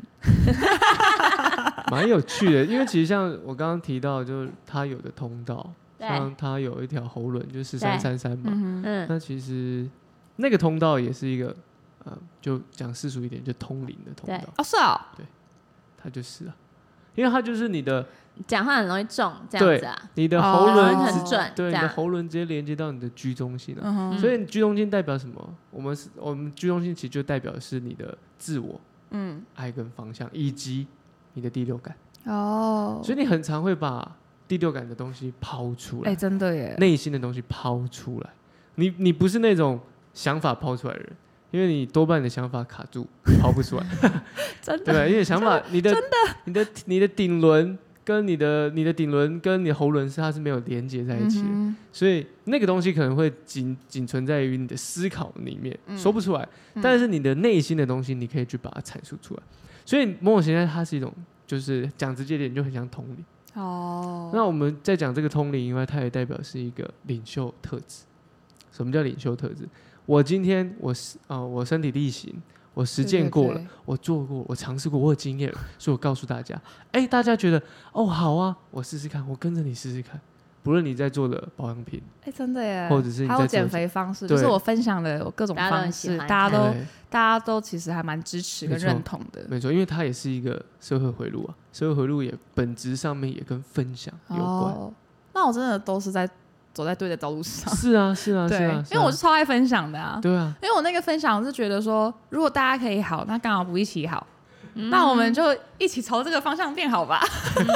蛮有趣的。因为其实像我刚刚提到，就是他有的通道，像他有一条喉轮，就是1333嘛，那其实那个通道也是一个就讲世俗一点，就通灵的通道。
哦，是啊，
对。它就是啊，因为它就是你的
讲话很容易中这样子啊，
你的喉轮
很准，
对，你的喉轮直接连接到你的居中心啊，所以居中心代表什么？我们居中心其实就代表的是你的自我、爱跟方向，以及你的第六感哦。所以你很常会把第六感的东西抛出来，
真的耶，
内心的东西抛出来。你不是那种想法抛出来的人。因为你多半的想法卡住，抛不出来，
真的。
对，因为想法，你的顶轮跟你的顶轮跟你的喉轮它是没有连接在一起的，所以那个东西可能会仅存在于你的思考里面，说不出来。但是你的内心的东西，你可以去把它阐述出来。所以某种形态，它是一种，就是讲直接点，就很像通灵。哦。那我们在讲这个通灵以外，它也代表是一个领袖特质。什么叫领袖特质？我今天我身体力行，我实践过了，我做过，我尝试过，我有经验了，所以我告诉大家，大家觉得好啊，我试试看，我跟着你试试看。不论你在做的保养品，
真的耶，
或者是你在
还有减肥方式，就是我分享的各种方式，大家都其实还蛮支持跟认同的。
没错，因为它也是一个社会回路啊，社会回路也本质上面也跟分享有关。
那我真的都是走在对的道路上。
是啊，对，
因为我是超爱分享的啊。
对啊，
因为我那个分享我是觉得说，如果大家可以好，那干嘛不一起好？那我们就一起朝这个方向变好吧。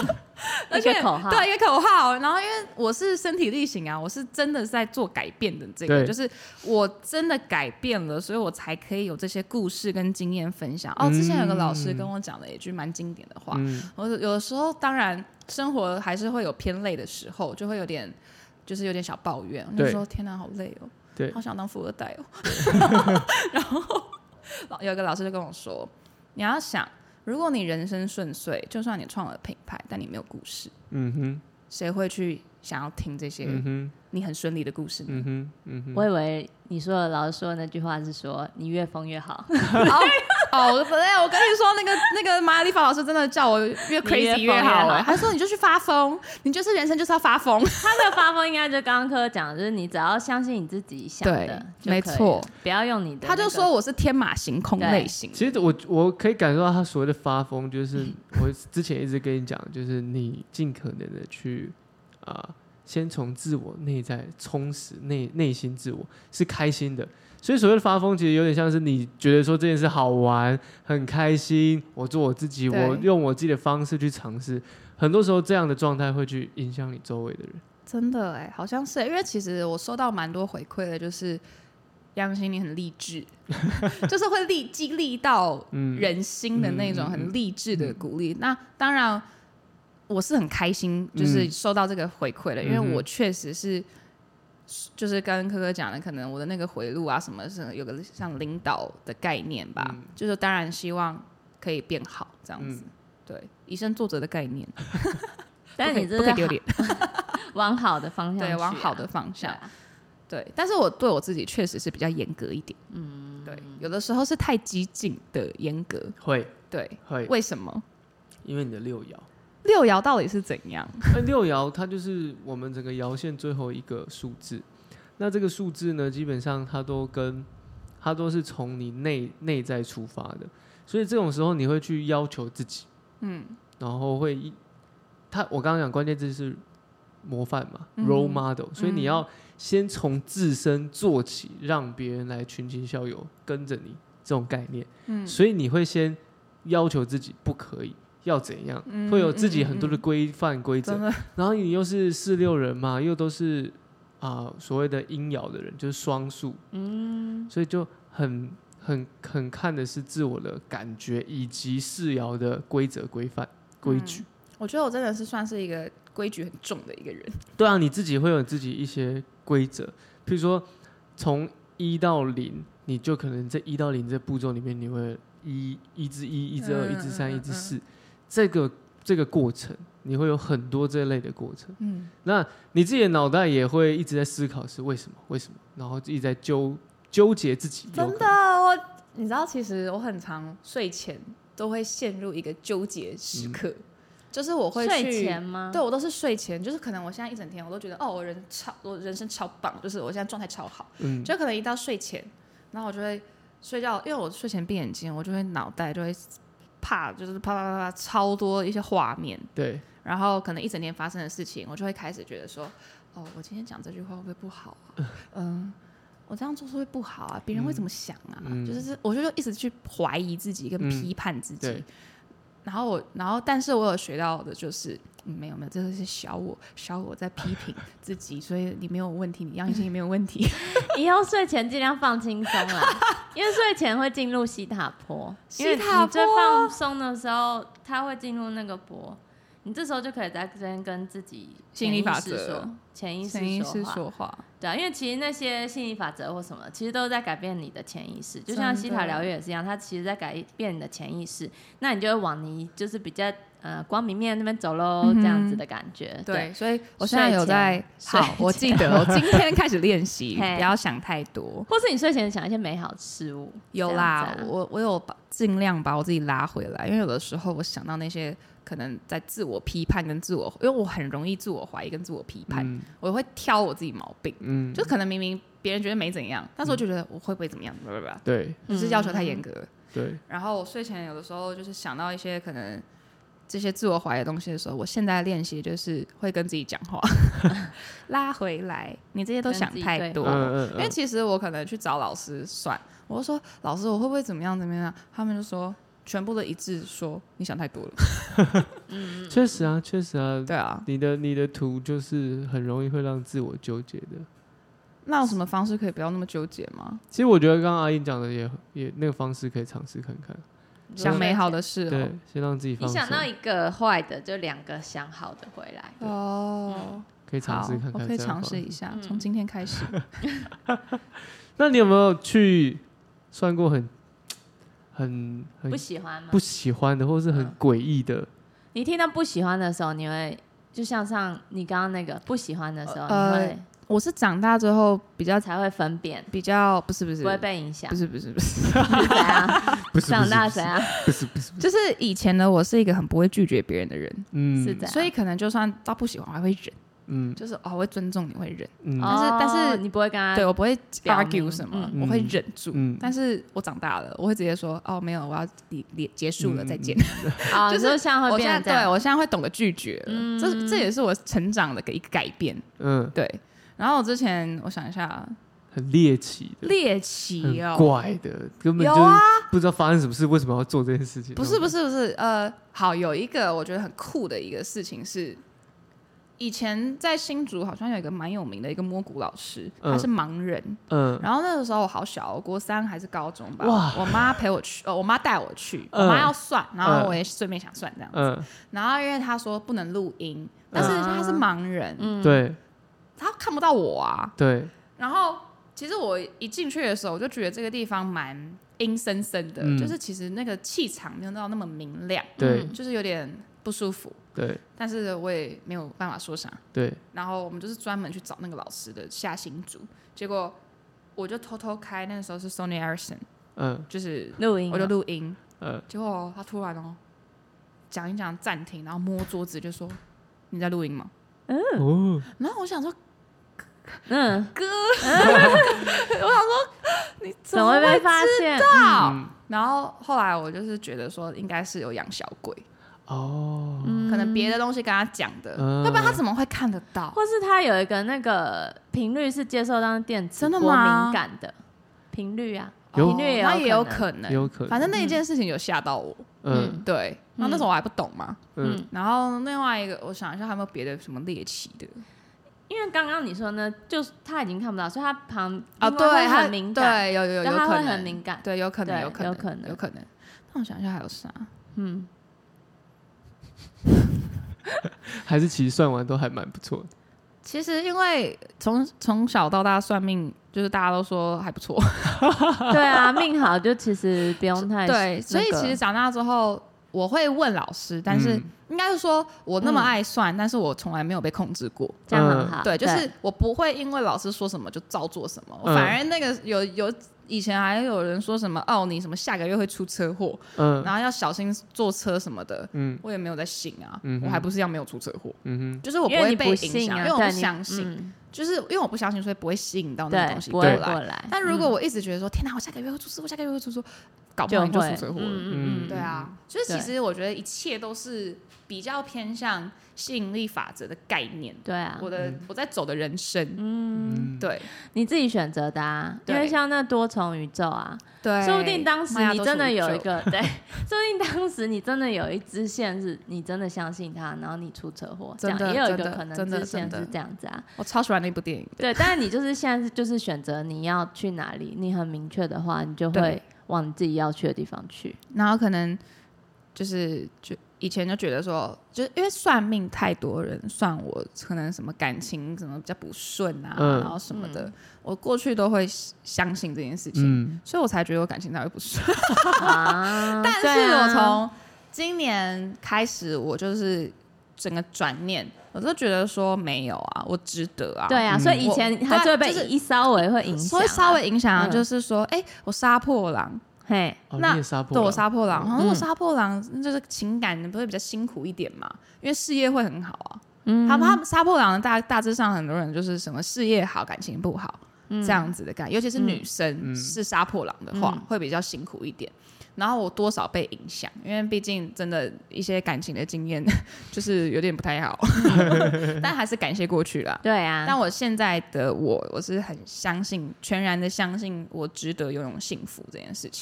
而且
一个口号，
对，一个口号。然后因为我是身体力行啊，我是真的在做改变的，这个就是我真的改变了，所以我才可以有这些故事跟经验分享。之前有个老师跟我讲了一句蛮经典的话，我有的时候当然生活还是会有偏累的时候，就会有点小抱怨，我就说天哪，好累哦，对，好想当富二代哦。然后有一个老师就跟我说，你要想，如果你人生顺遂，就算你创了品牌，但你没有故事，谁会去想要听这些你很顺利的故事呢？
我以为你说的老师说的那句话是说你越疯越好。
我跟你说，那个马丽法老师真的叫我越 crazy 越好，他说你就去发疯，你就是人生就是要发疯。
他的发疯应该就刚刚柯讲的，就是你只要相信你自己想的，
没错，
不要用你的。
他就说我是天马行空类型。
其实我可以感受到他所谓的发疯，就是我之前一直跟你讲，就是你尽可能的去先从自我内在充实内心自我是开心的。所以所谓的发疯其实有点像是你觉得说这件事好玩很开心，我做我自己，我用我自己的方式去尝试，很多时候这样的状态会去影响你周围的人。
真的好像是因为其实我收到蛮多回馈的，就是杨心你很励志就是会激励到人心的那种很励志的鼓励。那当然我是很开心就是收到这个回馈的，因为我确实是就是跟柯柯讲的，可能我的那个回路啊什么是有个像领导的概念吧，就是当然希望可以变好这样子，对，以身作则的概念
但你
不可以丢脸
往好的方向
对，往好的方向对，但是我对我自己确实是比较严格一点，对，有的时候是太激进的严格，对，为什么？
因为你的六爻。
六爻到底是怎样？
六爻它就是我们整个爻线最后一个数字。那这个数字呢，基本上它都是从你内在出发的，所以这种时候你会去要求自己，然后我刚刚讲关键字是模范嘛，role model，所以你要先从自身做起，让别人来群情效尤，跟着你这种概念，所以你会先要求自己不可以。要怎样会有自己很多的规范规则，然后你又是4、6人嘛，又都是所谓的阴爻的人，就是双数，所以就很看的是自我的感觉以及4爻的规则规范规矩。
我觉得我真的是算是一个规矩很重的一个人。
对啊，你自己会有自己一些规则，譬如说从1到0，你就可能在1到0这步骤里面，你会1至1、1至2、1至3、1至4。这个过程，你会有很多这类的过程。那你自己的脑袋也会一直在思考是为什么，然后一直在纠结自己。
真的，你知道，其实我很常睡前都会陷入一个纠结时刻，就是我会去
睡前吗？
对，我都是睡前，就是可能我现在一整天我都觉得我人生超棒，就是我现在状态超好，就可能一到睡前，然后我就会睡觉，因为我睡前闭眼睛，我就会脑袋就会。就是啪啪啪啪超多一些画面，
对，
然后可能一整天发生的事情，我就会开始觉得说，我今天讲这句话会不会不好啊？我这样做是会不好啊？别人会怎么想啊？就是我就一直去怀疑自己跟批判自己，然后但是我有学到的就是，没有，这个是小我在批评自己，所以你没有问题，你杨心也没有问题。
以后睡前尽量放轻松啦，因为睡前会进入西塔波，因为你最放松的时候，它会进入那个波，你这时候就可以在这边跟自己
心理法则、
潜意识
说话。
对啊，因为其实那些心理法则或什么，其实都是在改变你的潜意识。就像西塔疗愈也是一样，它其实在改变你的潜意识，那你就会往你就是比较光明面那边走咯，这样子的感觉。
对，所以我现在有在好，我记得我今天开始练习，不要想太多，
或是你睡前想一些美好事物。
有啦，我有尽量把我自己拉回来，因为有的时候我想到那些。可能在自我批判跟因为我很容易自我怀疑跟自我批判，我会挑我自己毛病，就可能明明别人觉得没怎样，但是我就觉得我会不会怎么样，
对，
就是要求太严格了，
对。
然后我睡前有的时候就是想到一些可能这些自我怀疑的东西的时候，我现在练习就是会跟自己讲话，拉回来，你这些都想太多，因为其实我可能去找老师算，我就说老师我会不会怎么样，他们就说。 全部的一致说你想太多了。
确实啊，
对啊，
你的图就是很容易会让自我纠结的。
那有什么方式可以不要那么纠结吗？
其实我觉得刚刚阿英讲的也那个方式可以尝试看看，
想美好的事
对，先让自己放松。
你想到一个坏的，就2个想好的回来。
可以尝试看看，
我可以尝试一下，从今天开始。
那你有没有去算过很
不喜欢吗？
不喜欢的，或是很诡异的？
你听到不喜欢的时候，你会就像你刚刚那个不喜欢的时候，你会。
我是长大之后比较
才会分辨，
比较不是
不会被影响，
不是
是怎样？长大怎样？
不是，
就是以前的我是一个很不会拒绝别人的人，
是这样，
所以可能就算到不喜欢，我还会忍，就是我会尊重你，会忍，但是
你不会跟他，
对我不会 argue 什么，我会忍住，但是我长大了，我会直接说没有，我要结束了，再见。
就是像会变成这样，
对我现在会懂得拒绝了，这也是我成长的一个改变，对。然后我之前我想一下，
很猎奇
哦，
很怪的，根本就是不知道发生什么事，为什么要做这件事情？
不是，好，有一个我觉得很酷的一个事情是，以前在新竹好像有一个蛮有名的一个摸骨老师，他是盲人，然后那个时候我好小，国3还是高中吧，我妈陪我去，我妈带我去，我妈要算，然后我也顺便想算这样子，然后因为他说不能录音，但是他是盲人，
对。
他看不到我啊，
对。
然后其实我一进去的时候，我就觉得这个地方蛮阴森森的，就是其实那个气场没有到那么明亮，
对，
就是有点不舒服，
对。
但是我也没有办法说啥，
对。
然后我们就是专门去找那个老师的下新竹，结果我就偷偷开，那个时候是 Sony Ericsson，就是
录音，
我就录音，结果他突然讲一讲暂停，然后摸桌子就说你在录音吗？然后我想说。哥，我想说你怎么会被发现？然后后来我就是觉得说，应该是有养小鬼可能别的东西跟他讲的，要不然他怎么会看得到？
或是他有一个那个频率是接受到电磁波敏感的频率啊，频率
也有可能，
有可能。
反正那一件事情有吓到我，对。然后那时候我还不懂嘛，然后另外一个，我想一下还有没有别的什么猎奇的。
因为刚刚你说呢，就是他已经看不到，所以他
对，
会很敏感，
对，有
他
可能
会很敏感，
对，有可能。那我想一下还有啥？
还是其实算完都还蛮不错的。
其实因为从小到大算命，就是大家都说还不错。
对啊，命好就其实不用太
对，所以其实长大之后我会问老师，但是应该是说我那么爱算，但是我从来没有被控制过，
这样很好。
对，就是我不会因为老师说什么就照做什么，反而那个有以前还有人说什么你什么下个月会出车祸，然后要小心坐车什么的，我也没有在信啊，我还不是一样没有出车祸，就是我不会被影响，因为我不相信。就是因为我不相信，所以不会吸引到那个东西过来。但如果我一直觉得说，天哪，我下个月会出车祸，搞不好你就出车祸了。对啊，所以其实我觉得一切都是比较偏向吸引力法则的概念。
对啊，
我在走的人生，对，
你自己选择的啊。因为像那多重宇宙啊，
对，
说不定当时你真的有一个，对，说不定当时你真的有一支线是你真的相信它，然后你出车祸，这样也有一个可能支线是这样子啊。
我超喜欢那部电影。
对，但是你就是现在就是选择你要去哪里，你很明确的话，你就会往你自己要去的地方去。
然后可能就以前就觉得说，就是因为算命太多人算我可能什么感情什么比较不顺啊，然后什么的，我过去都会相信这件事情，所以我才觉得我感情才会不顺。但是我从今年开始，我就是整个转念，我就觉得说没有啊，我值得啊。
对啊，所以以前还是会被稍微会影响，
会稍微影响，就是说，我杀破狼。
嘿，
那对我杀破狼，然后我杀破狼就是情感不会比较辛苦一点嘛，因为事业会很好啊。他们杀破狼大致上很多人就是什么事业好，感情不好这样子的感觉，尤其是女生是杀破狼的话，会比较辛苦一点。然后我多少被影响，因为毕竟真的一些感情的经验就是有点不太好，但还是感谢过去了。
对啊，
但我现在的我是很相信，全然的相信我值得拥有幸福这件事情。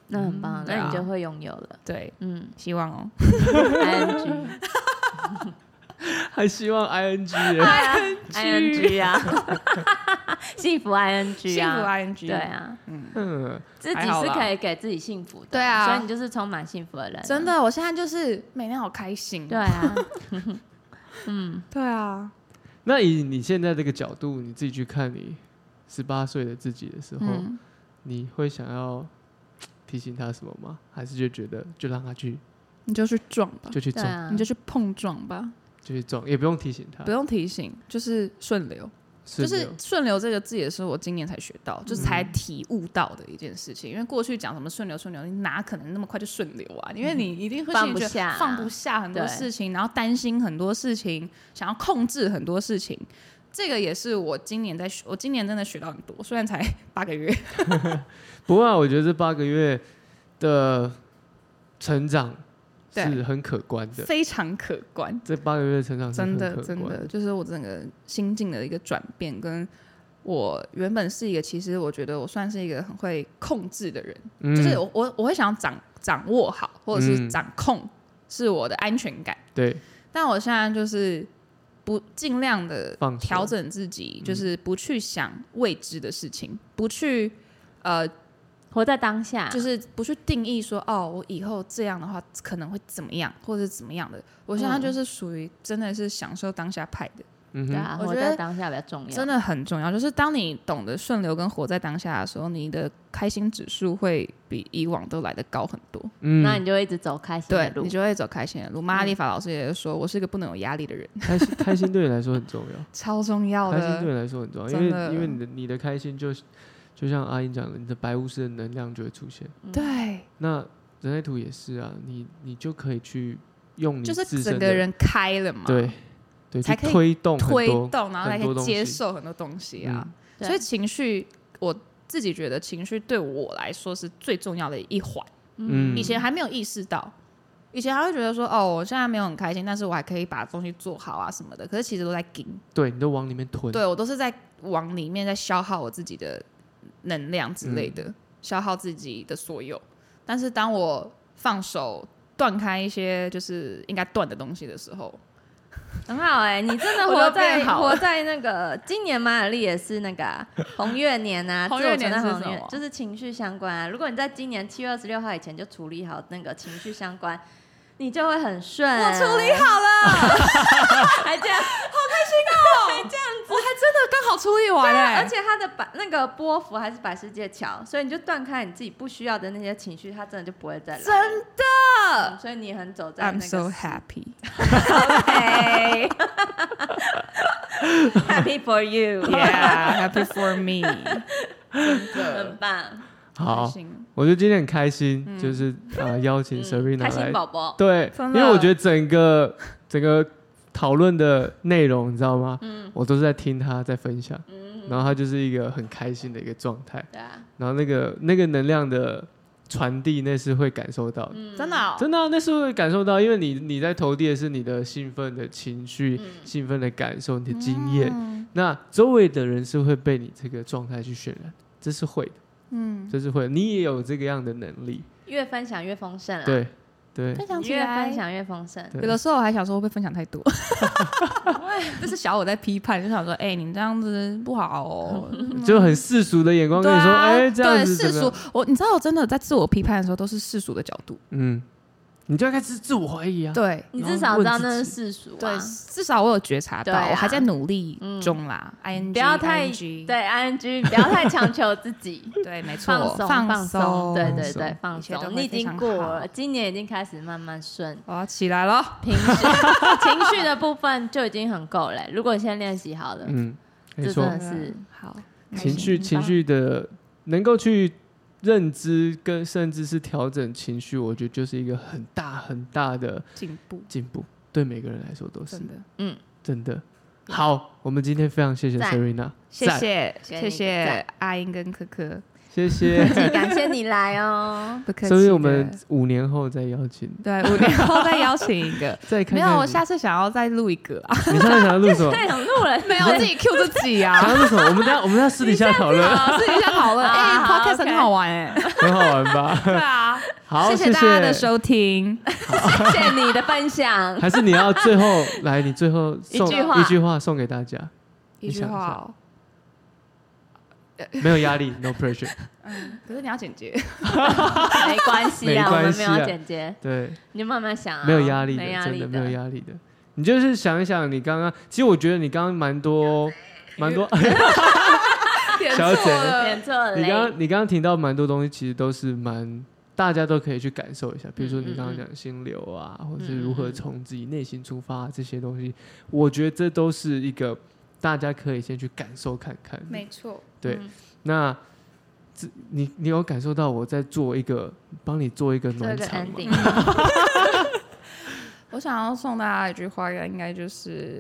那很棒，那你就会拥有了。
对，希望哦。
ing
还希望 ing
ing 啊，幸福 ing 啊，
幸福 ing
对啊，自己是可以给自己幸福的，
对啊，
所以你就是充满幸福的人。
真的，我现在就是每天好开心。
对啊，
对啊。
那以你现在这个角度，你自己去看你18岁的自己的时候，你会想要提醒他什么吗？还是就觉得就让他去，
你就去撞吧，
就去撞，
你就去碰撞吧，
就去撞，也不用提醒他，
不用提醒，就是顺流。就是顺流这个字也是我今年才学到，就是才体悟到的一件事情。因为过去讲什么顺流顺流，你哪可能那么快就顺流啊？因为你一定会
放不下
很多事情，然后担心很多事情，想要控制很多事情。这个也是我今年真的学到很多，虽然才8个月。
不过我觉得这8个月的成长是很可观的，
非常可观。
这8个月的成长是很可观的，
真的就是我整个心境的一个转变，跟我原本是一个，其实我觉得我算是一个很会控制的人，就是我会想要掌握好，或者是掌控，是我的安全感。
对，
但我现在就是不尽量的调整自己，就是不去想未知的事情，不去
活在当下，
就是不去定义说我以后这样的话可能会怎么样，或者是怎么样的。我现在就是属于真的是享受当下派的。
对啊，活在当下比较重要，
真的很重要。就是当你懂得顺流跟活在当下的时候，你的开心指数会比以往都来得高很多。
那你就会一直走开心的路，
对，你就会走开心的路。玛丽法老师也说，我是一个不能有压力的人。
开心对你来说很重要，
超重要的。
开心对你来说很重要，因为你的开心就像阿英讲的，你的白巫师的能量就会出现。
对，
那人类图也是啊，你就可以去用你自身的，
就是整个人开了嘛。
对，
才可以
推动，
然后才可以接受很多东西啊。所以情绪，我自己觉得情绪对我来说是最重要的一环。以前还没有意识到，以前还会觉得说，我现在没有很开心，但是我还可以把东西做好啊什么的。可是其实都在紧，
对，你都往里面吞。
对，我都是在往里面在消耗我自己的能量之类的，消耗自己的所有。但是当我放手断开一些就是应该断的东西的时候，
很好你真的活在那个今年马尔利也是那个红月年啊，
红月年是什么？
就是情绪相关啊。如果你在今年7月26号以前就处理好那个情绪相关，你就会很顺。
我处理好了，
还这样，
好开心哦！还这样子，我还真的刚好处理完
而且它的那个波符还是百世界桥，所以你就断开你自己不需要的那些情绪，它真的就不会再来。
真的，
所以你很走在那个。
I'm so happy.
Okay. Happy for you.
Yeah, happy for me. 真的
很棒。
好，我觉得今天很开心，就是邀请 Serena 来，
开心宝宝。
对，因为我觉得整个讨论的内容，你知道吗？我都是在听他在分享，然后他就是一个很开心的一个状态。
对啊。
然后那个能量的传递，那是会感受到的，
真的
真的那是会感受到，因为你在投递的是你的兴奋的情绪、兴奋的感受、你的经验，那周围的人是会被你这个状态去渲染，这是会的。这是会，你也有这个样的能力，
越分享越丰盛啦。
对，
分享起
来
越
分享越丰盛。
有的时候我还想说会不会分享太多，这是小我在批判，就想说，你这样子不好哦，
就很世俗的眼光跟你说，这样子
对世俗，你知道我真的在自我批判的时候都是世俗的角度，
你就要开始自我怀疑啊。
对，
你至少知道那是世俗啊。
对，至少我有觉察到，我还在努力中啦。ing
不要太对 ing， 不要太强求自己。
对，没错，
放松，对，放松。你已经过了，今年已经开始慢慢顺。
我要起来了。
情绪的部分就已经很够了。如果你先练习好了，
没错，
真的是好。
情绪的能够去认知跟甚至是调整情绪，我觉得就是一个很大很大的进步，对每个人来说都是真的。好，我们今天非常谢谢 Serena，
谢谢阿英跟科科，
谢谢，
感谢你来哦，
不客气。
所以我们5年后再邀请，
对，5年后再邀请一个，
再看看
没有，我下次想要再录一个啊。
你现在想要录什么？
太想录了，
没有自己 Q 自己啊。
想要录什么？我们等下私底下讨论，
私底下讨论。Podcast 很好玩
很好玩吧？
对啊，
好，
谢谢大家的收听，
谢谢你的分享。
还是你要最后来，你最后送一句话送给大家，
一句话哦。
没有压力 ，no pressure。
可是你要剪接，
没关系啊，我们没有剪接。
对，
你就慢慢想啊，
没有压力的，真的没有压力的。你就是想一想，你刚刚，其实我觉得你刚刚蛮多，小姐
点错了。
你刚刚听到蛮多东西，其实都是大家都可以去感受一下。比如说你刚刚讲心流啊，或者是如何从自己内心出发这些东西，我觉得这都是一个大家可以先去感受看看。
没错，
对，那你有感受到我在帮你做一个暖场吗？
我想要送大家一句话，应该就是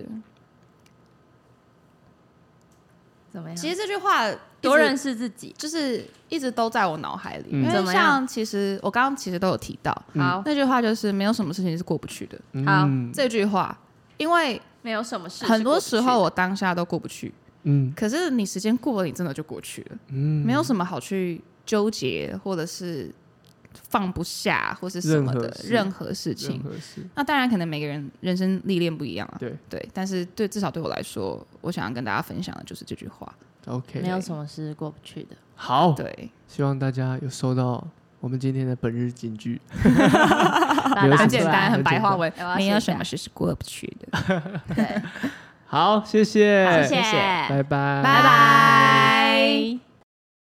怎么样？
其实这句话
多认识自己，
就是一直都在我脑海里。因为像其实我刚刚其实都有提到，好，那句话就是没有什么事情是过不去的。
好，
这句话，因为
没有什么事，
很多时候我当下都过不去。可是你时间过了，你真的就过去了。没有什么好去纠结，或者是放不下，或是什么的任何事情。那当然，可能每个人人生历练不一样啊。对，但是至少对我来说，我想要跟大家分享的就是这句话。
OK，
没有什么是过不去的。
好，
对，
希望大家有收到我们今天的本日金句。
很简单，很白话文，没有什么事是过不去的。
对。
好，谢谢，
谢谢，
拜拜，
拜拜。